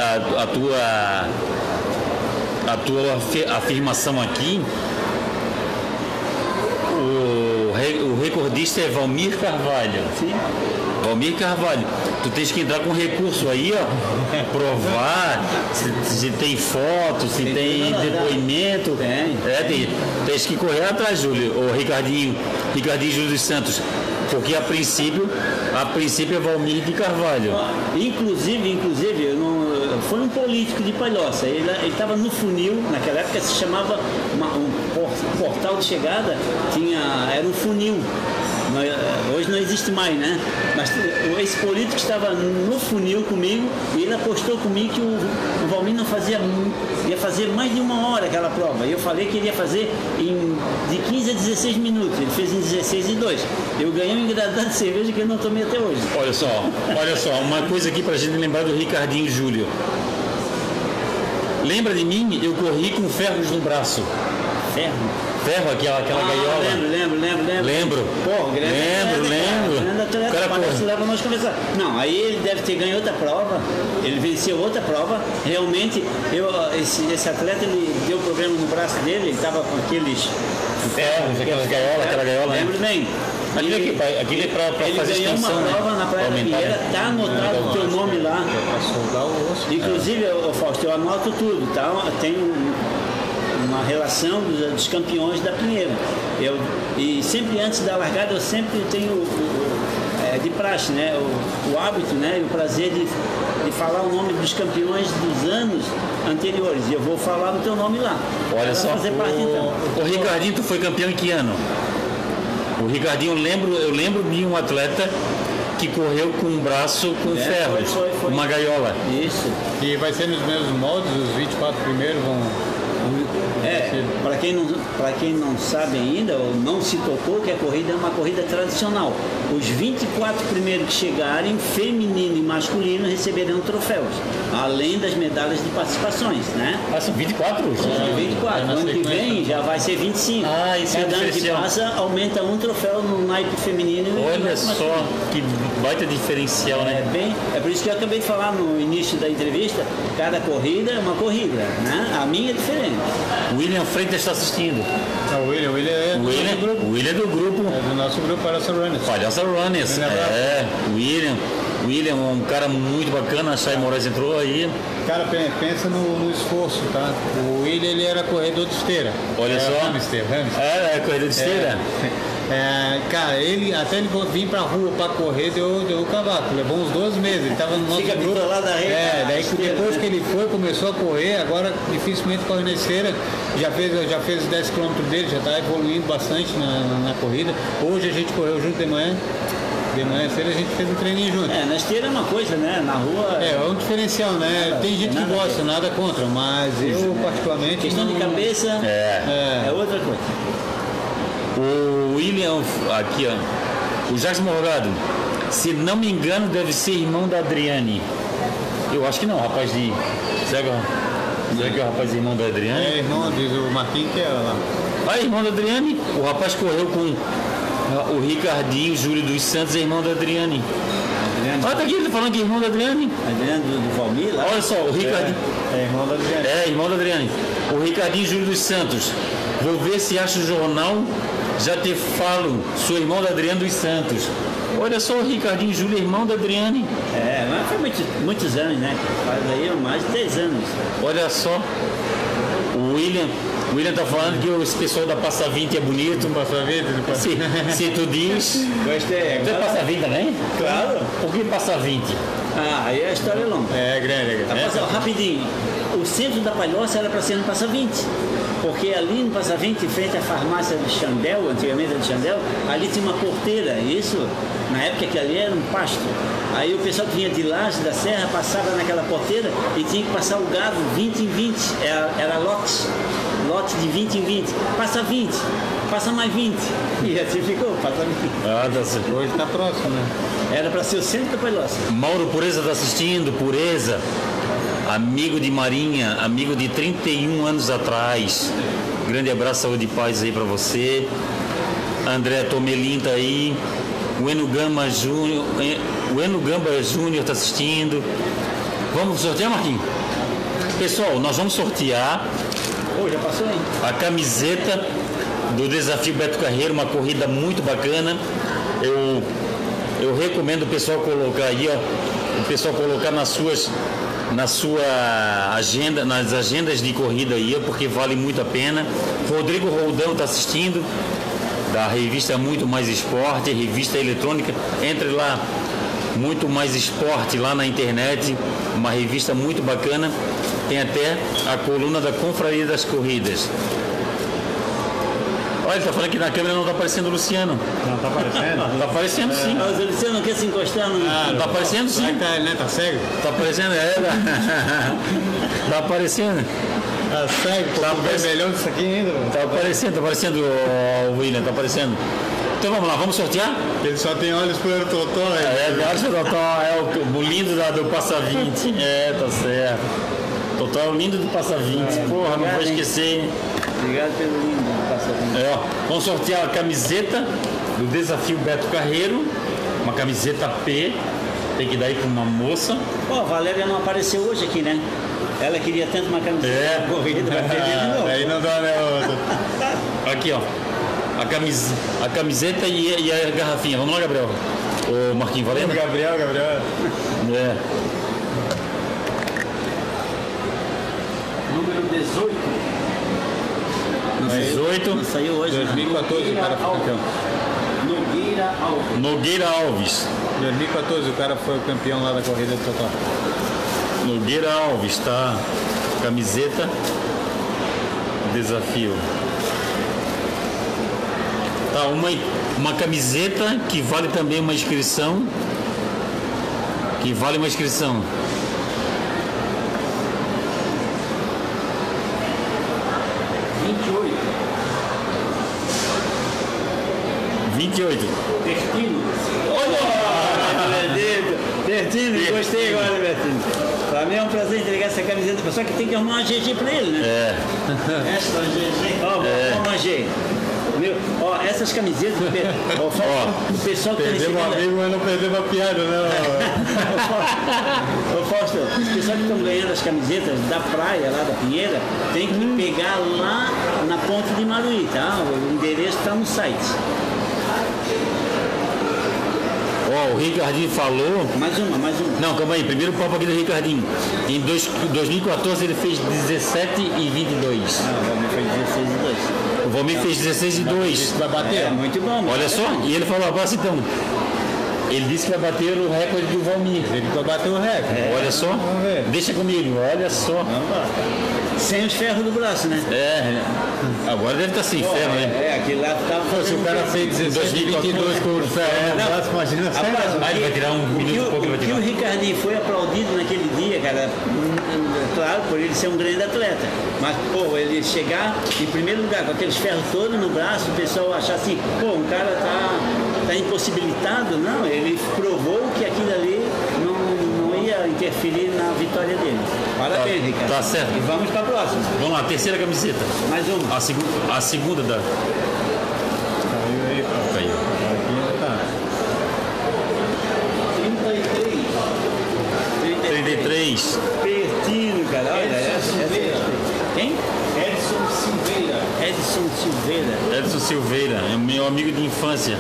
a tua afirmação aqui, o recordista é Valmir Carvalho. Sim. Valmir Carvalho, tu tens que entrar com recurso aí, ó, provar se tem foto, se tem depoimento. Tens que correr atrás, Júlio, o Ricardinho Júlio dos Santos, porque a princípio é Valmir de Carvalho. Inclusive, foi um político de Palhoça. Ele estava no funil, naquela época se chamava um portal de chegada, era um funil. Hoje não existe mais, né? Mas esse político estava no funil comigo e ele apostou comigo que o Valmir ia fazer mais de 1 hora aquela prova. Eu falei que ele ia fazer de 15 a 16 minutos. Ele fez em 16 e 2. Eu ganhei um engradado de cerveja que eu não tomei até hoje. Olha só, uma coisa aqui pra gente lembrar do Ricardinho Júlio. Lembra de mim? Eu corri com ferros no braço. Ferro, aquela gaiola. Lembro. Porra, lembro. Parece que leva nós conversar. Não, aí ele deve ter ganho outra prova. Ele venceu outra prova. Realmente, esse atleta, ele deu problema no braço dele. Ele estava com aqueles ferros, aquela gaiola. Lembro bem. Aquilo é para fazer extensão. Ele ganhou uma prova na Praia da Pinheira, tá anotado o teu nome lá. Inclusive, Fausto, eu anoto tudo, tá? Tem uma relação dos campeões da Pinheiro. E sempre antes da largada eu sempre tenho de praxe, né? O hábito, né? E o prazer de falar o nome dos campeões dos anos anteriores. E eu vou falar o teu nome lá. Olha só, fazer parte, então. O Ricardinho, tu foi campeão em que ano? O Ricardinho, eu lembro de um atleta que correu com um braço com ferros, foi. Uma gaiola. Isso. E vai ser nos mesmos moldes, os 24 primeiros vão... Para quem não sabe ainda, ou não se tocou, que a corrida é uma corrida tradicional. Os 24 primeiros que chegarem, feminino e masculino, receberão troféus, além das medalhas de participações, né? São 24? São 24. No ano que vem já vai ser 25. Isso Cada ano que passa, aumenta um troféu no naipe feminino e olha só, que baita diferencial, né? É por isso que eu acabei de falar no início da entrevista, cada corrida é uma corrida, né? A minha é diferente. O William Freitas está assistindo. O William é do grupo. É do nosso grupo Palhoça Runners. Palhoça Runners. O William é um cara muito bacana, a Chay Moraes entrou aí. Cara, pensa no esforço, tá? O William, ele era corredor de esteira. Olha só. Hamster. Corredor de esteira? Cara, ele vir pra rua pra correr deu cavaco, levou uns 12 meses, ele tava no nosso grupo. Daí depois que ele começou a correr, agora dificilmente corre na esteira, já fez os 10 km dele, já tá evoluindo bastante na corrida. Hoje a gente correu junto de manhã cedo a gente fez um treininho junto. Na esteira é uma coisa, né? Na rua... É um diferencial, né? Tem gente que gosta, nada contra, mas eu particularmente... Questão de cabeça é outra coisa. O William, aqui ó, o Jacques Morgado, se não me engano, deve ser irmão da Adriane. Eu acho que não, rapaz de... Será que é o rapaz irmão da Adriane? É, irmão, diz o Marquinhos que era lá. Irmão da Adriane, o rapaz correu com o Ricardinho Júlio dos Santos, é irmão da Adriane. Tá aqui, ele falando que é irmão da Adriane. Adriane do Valmir lá? Olha só, o Ricardinho... É irmão da Adriane. Irmão da Adriane. O Ricardinho Júlio dos Santos. Vou ver se acha o jornal... Já te falo, sou irmão da Adriane dos Santos. Olha só o Ricardinho Júlio, irmão da Adriane. Mas foi muitos anos, né? Faz aí mais de 10 anos. Olha só, o William tá falando que esse pessoal da Passa 20 é bonito. Passa 20? Se tu diz. Gostei. Você passa 20 também? Claro. Por que Passa 20? Aí a história é longa. É grande. Rapidinho, o centro da Palhoça era para ser no Passa 20. Porque ali no Passa 20, em frente à farmácia do Xandel, antigamente era do Xandel, ali tinha uma porteira, isso Na época que ali era um pasto. Aí o pessoal que vinha de Laje, da Serra, passava naquela porteira e tinha que passar o gado 20 em 20. Era lote de 20 em 20. Passa 20, passa mais 20. E assim ficou, passa 20. Ah, tá certo. Hoje está próximo, né? Era para ser o centro da Palhoça. Mauro Pureza está assistindo, Pureza, amigo de Marinha, amigo de 31 anos atrás. Grande abraço, saúde e paz aí para você. André Tomelin tá aí. O Eno Gamba Júnior está assistindo. Vamos sortear, Marquinhos? Pessoal, nós vamos sortear Já passou, hein? a camiseta do Desafio Beto Carreiro, uma corrida muito bacana. Eu recomendo o pessoal colocar aí, ó, o pessoal colocar na sua agenda, nas agendas de corrida aí, porque vale muito a pena. Rodrigo Roldão está assistindo, da revista Muito Mais Esporte, revista eletrônica. Entre lá, Muito Mais Esporte, lá na internet, uma revista muito bacana. Tem até a coluna da Confraria das Corridas. Olha, ele está falando que na câmera não está aparecendo o Luciano. Não está aparecendo? Está aparecendo sim. Mas o Luciano não quer se encostar no... Está aparecendo sim. Tá cego? Está aparecendo, Está aparecendo. Tá cego, Tá vermelhão disso aqui ainda. Está aparecendo, William, está aparecendo. Então vamos lá, vamos sortear? Ele só tem olhos para o Totó, né? Olhos para o Totó, o lindo do Passa 20. Tá certo. Totó é o lindo do Passa 20. Porra, não vou esquecer. Obrigado pelo lindo do Passa 20. Vamos sortear a camiseta do Desafio Beto Carreiro. Uma camiseta P. Tem que dar aí para uma moça. A Valéria não apareceu hoje aqui, né? Ela queria tanto uma camiseta corrida, vai perder de novo. Aí não dá, né? Aqui, ó. A camiseta e a garrafinha. Vamos lá, Gabriel. Ô, Marquinhos, valendo? Gabriel. Número 18. 18. Não saiu hoje. 2014 o cara foi campeão. Nogueira Alves. 2014 o cara foi o campeão lá da corrida do Totó. Nogueira Alves, tá? Camiseta. Desafio. Tá, uma camiseta que vale também uma inscrição. Que vale uma inscrição. Bertino. Olha! Bertino, gostei agora, Bertino. Para mim é um prazer entregar essa camiseta, pessoal que tem que arrumar uma GG para ele, né? Essa GG. Vamos uma G. Essas camisetas, o pessoal que perdeu um amigo, mas não perdeu uma piada, né? Fausto, os pessoal que estão ganhando as camisetas da praia, lá da Pinheira, tem que pegar lá na ponte de Maruí, tá? O endereço está no site. O Ricardinho falou... Mais uma. Não, calma aí. Primeiro papo aqui do Ricardinho. Em 2014 ele fez 17 e 22. Não, o Valmir fez 16 e 2. O Valmir fez 16 e 2. Vai bater? É muito bom. Olha só. E ele falou, agora então... Ele disse que vai bater o recorde do Valmir. Ele vai bater o recorde. Olha só. Vamos ver. Deixa comigo. Olha só. Vamos lá. Sem os ferros do braço, né? Agora deve estar sem ferro, né? Aquele lá tá... Se o cara fez 16 e 22 com o ferro no braço, imagina sem Rapaz, ele vai tirar um minuto e pouco. O que o Ricardinho foi aplaudido naquele dia, cara, claro, por ele ser um grande atleta, mas, pô, ele chegar em primeiro lugar com aqueles ferros todos no braço, o pessoal achar assim, pô, um cara tá impossibilitado, não, ele provou que aquilo ali não ia interferir na vitória dele. Parabéns, Ricardo. Tá certo. E vamos para a próxima. Vamos lá, terceira camiseta. Mais uma. A segunda da... Caiu aí, pô. Caiu. Aqui tá. 33. Pertino, cara. Olha, essa. Quem? Edson Silveira, é meu amigo de infância.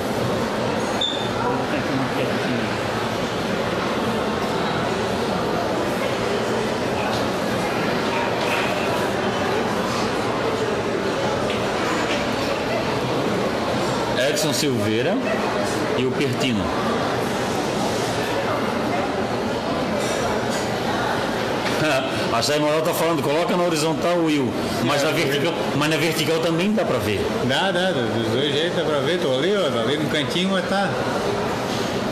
Edson Silveira e o Pertino. A Chay Moral tá falando, coloca na horizontal, Will, mas na vertical também dá pra ver. Dá, dos dois jeitos dá pra ver, tô ali, ó, ali no cantinho, mas tá.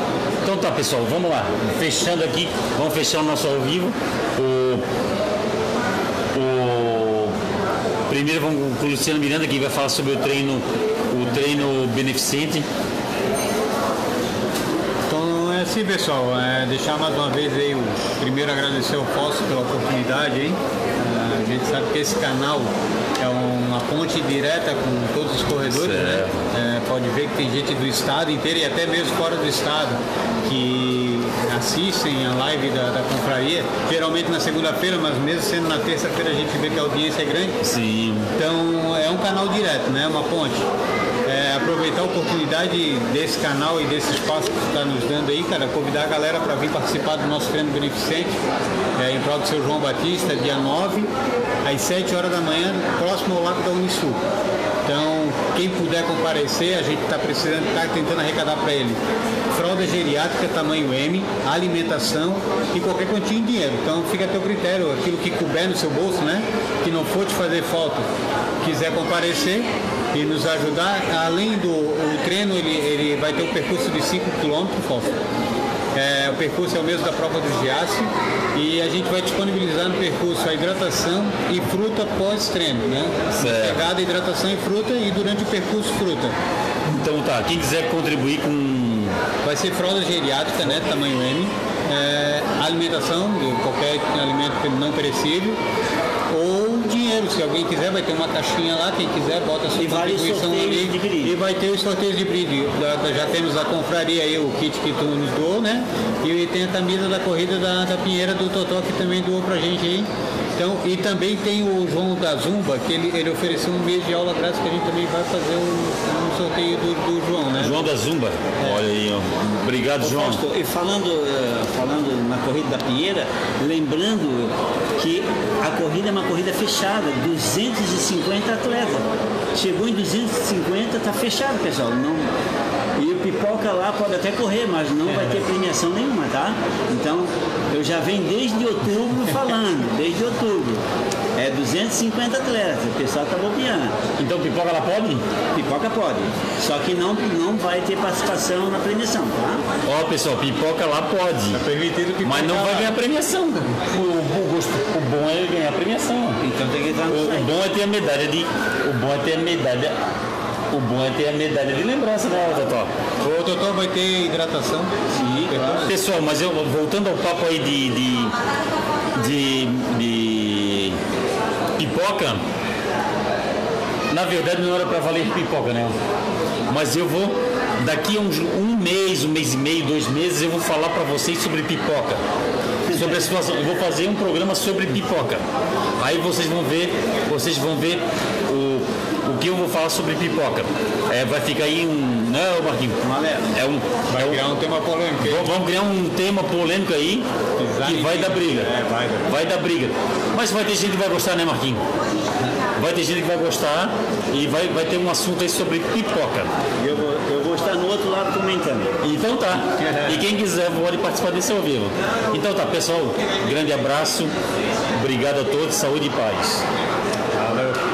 Então tá, pessoal, vamos lá. Fechando aqui, vamos fechar o nosso ao vivo. Primeiro vamos com o Luciano Miranda, que vai falar sobre o treino beneficente. Então é assim, pessoal, deixar mais uma vez aí, primeiro agradecer ao Fausto pela oportunidade aí. A gente sabe que esse canal é uma ponte direta com todos os corredores, né? Pode ver que tem gente do estado inteiro e até mesmo fora do estado que assistem a live da confraria, geralmente na segunda-feira, mas mesmo sendo na terça-feira a gente vê que a audiência é grande. Sim. Então é um canal direto, né? Uma ponte. Aproveitar a oportunidade desse canal e desse espaço que você está nos dando aí, cara, convidar a galera para vir participar do nosso treino beneficente em prol do seu João Batista, dia 9, às 7 horas da manhã, próximo ao Lago da Unisul. Então, quem puder comparecer, a gente está tentando arrecadar para ele fralda geriátrica tamanho M, alimentação e qualquer quantia em dinheiro. Então, fica a teu critério, aquilo que couber no seu bolso, né? Que não for te fazer falta, quiser comparecer e nos ajudar. Além do treino, ele vai ter um percurso de 5 km, Fausto. O percurso é o mesmo da prova do Giasse e a gente vai disponibilizar no percurso a hidratação e fruta pós-treino, né? Pegada, hidratação e fruta e durante o percurso fruta. Então tá, quem quiser contribuir com... Vai ser fralda geriátrica, né? Tamanho M, alimentação, de qualquer alimento não perecível, ou dinheiro, se alguém quiser, vai ter uma caixinha lá, quem quiser bota a sua contribuição ali e vai ter os sorteios de brinde. Já temos a confraria aí, o kit que tu nos doou, né? E tem a camisa da corrida da Pinheira do Totó que também doou pra gente aí. Então, e também tem o João da Zumba, que ele ofereceu um mês de aula grátis que a gente também vai fazer um sorteio do João, né? João da Zumba, olha aí, ó. Obrigado, João. Fausto, e falando na corrida da Pinheira, lembrando que a corrida é uma corrida fechada, 250 atletas. Chegou em 250, tá fechado, pessoal. E o Pipoca lá pode até correr, mas não vai ter premiação nenhuma, tá? Então, eu já venho desde outubro falando, desde outubro. 250 atletas, o pessoal tá bobeando. Então Pipoca ela pode? Pipoca pode, só que não vai ter participação na premiação, tá? Ó, pessoal, Pipoca lá pode. Tá permitido Pipoca, mas não vai ganhar premiação. O bom é ganhar premiação. Então tem que entrar no site. O bom é ter a medalha de... O bom é ter a medalha de lembrança, né, Totó? O Totó vai ter hidratação. Sim, claro. Pessoal, mas eu voltando ao papo aí de pipoca, na verdade não era para valer pipoca, né? Mas eu vou, daqui a um mês e meio, 2 meses, eu vou falar para vocês sobre pipoca. Sobre a situação, eu vou fazer um programa sobre pipoca. Aí vocês vão ver o que eu vou falar sobre pipoca. Vai ficar aí não, Marquinhos? Vai criar um tema polêmico aí. Vamos criar um tema polêmico aí que vai dar briga. Vai dar briga. Mas vai ter gente que vai gostar, né, Marquinhos? Vai ter gente que vai gostar e vai ter um assunto aí sobre pipoca. Eu vou estar no outro lado comentando. Então tá. E quem quiser pode participar desse ao vivo. Então tá, pessoal. Grande abraço. Obrigado a todos. Saúde e paz. Valeu.